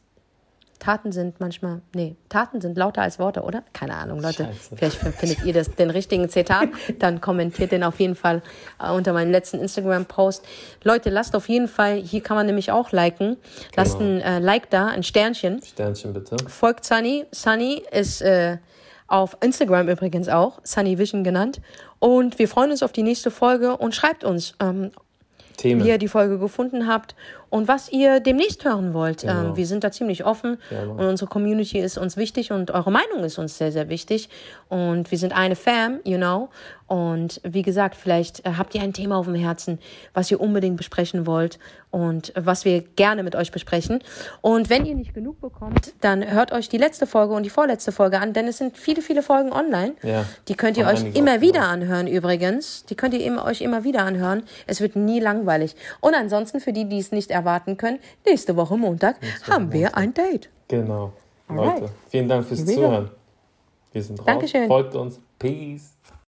Taten sind manchmal, nee, Taten sind lauter als Worte, oder? Keine Ahnung, Leute. Scheiße. Vielleicht findet ihr das, den richtigen Zitat, dann kommentiert den auf jeden Fall äh, unter meinem letzten Instagram-Post. Leute, lasst auf jeden Fall, hier kann man nämlich auch liken, lasst Genau. ein äh, Like da, ein Sternchen. Sternchen bitte. Folgt Sunny. Sunny ist äh, auf Instagram übrigens auch, Sunny Vision genannt. Und wir freuen uns auf die nächste Folge und schreibt uns, ähm, Themen. wie ihr die Folge gefunden habt und was ihr demnächst hören wollt. Genau. Ähm, wir sind da ziemlich offen Ja, Mann. und unsere Community ist uns wichtig und eure Meinung ist uns sehr, sehr wichtig. Und wir sind eine Fam, you know. Und wie gesagt, vielleicht äh, habt ihr ein Thema auf dem Herzen, was ihr unbedingt besprechen wollt und äh, was wir gerne mit euch besprechen. Und wenn ihr nicht genug bekommt, dann hört euch die letzte Folge und die vorletzte Folge an, denn es sind viele, viele Folgen online. Ja. Die könnt ihr Und euch einige immer auch, wieder ja. anhören übrigens. Die könnt ihr immer, euch immer wieder anhören. Es wird nie langweilig. Und ansonsten, für die, die es nicht erwarten können, nächste Woche Montag Nächste haben Woche wir Montag. ein Date. Genau. Alright. Leute, vielen Dank fürs Here we go. Zuhören. Wir sind raus. Dankeschön. Folgt uns. Peace.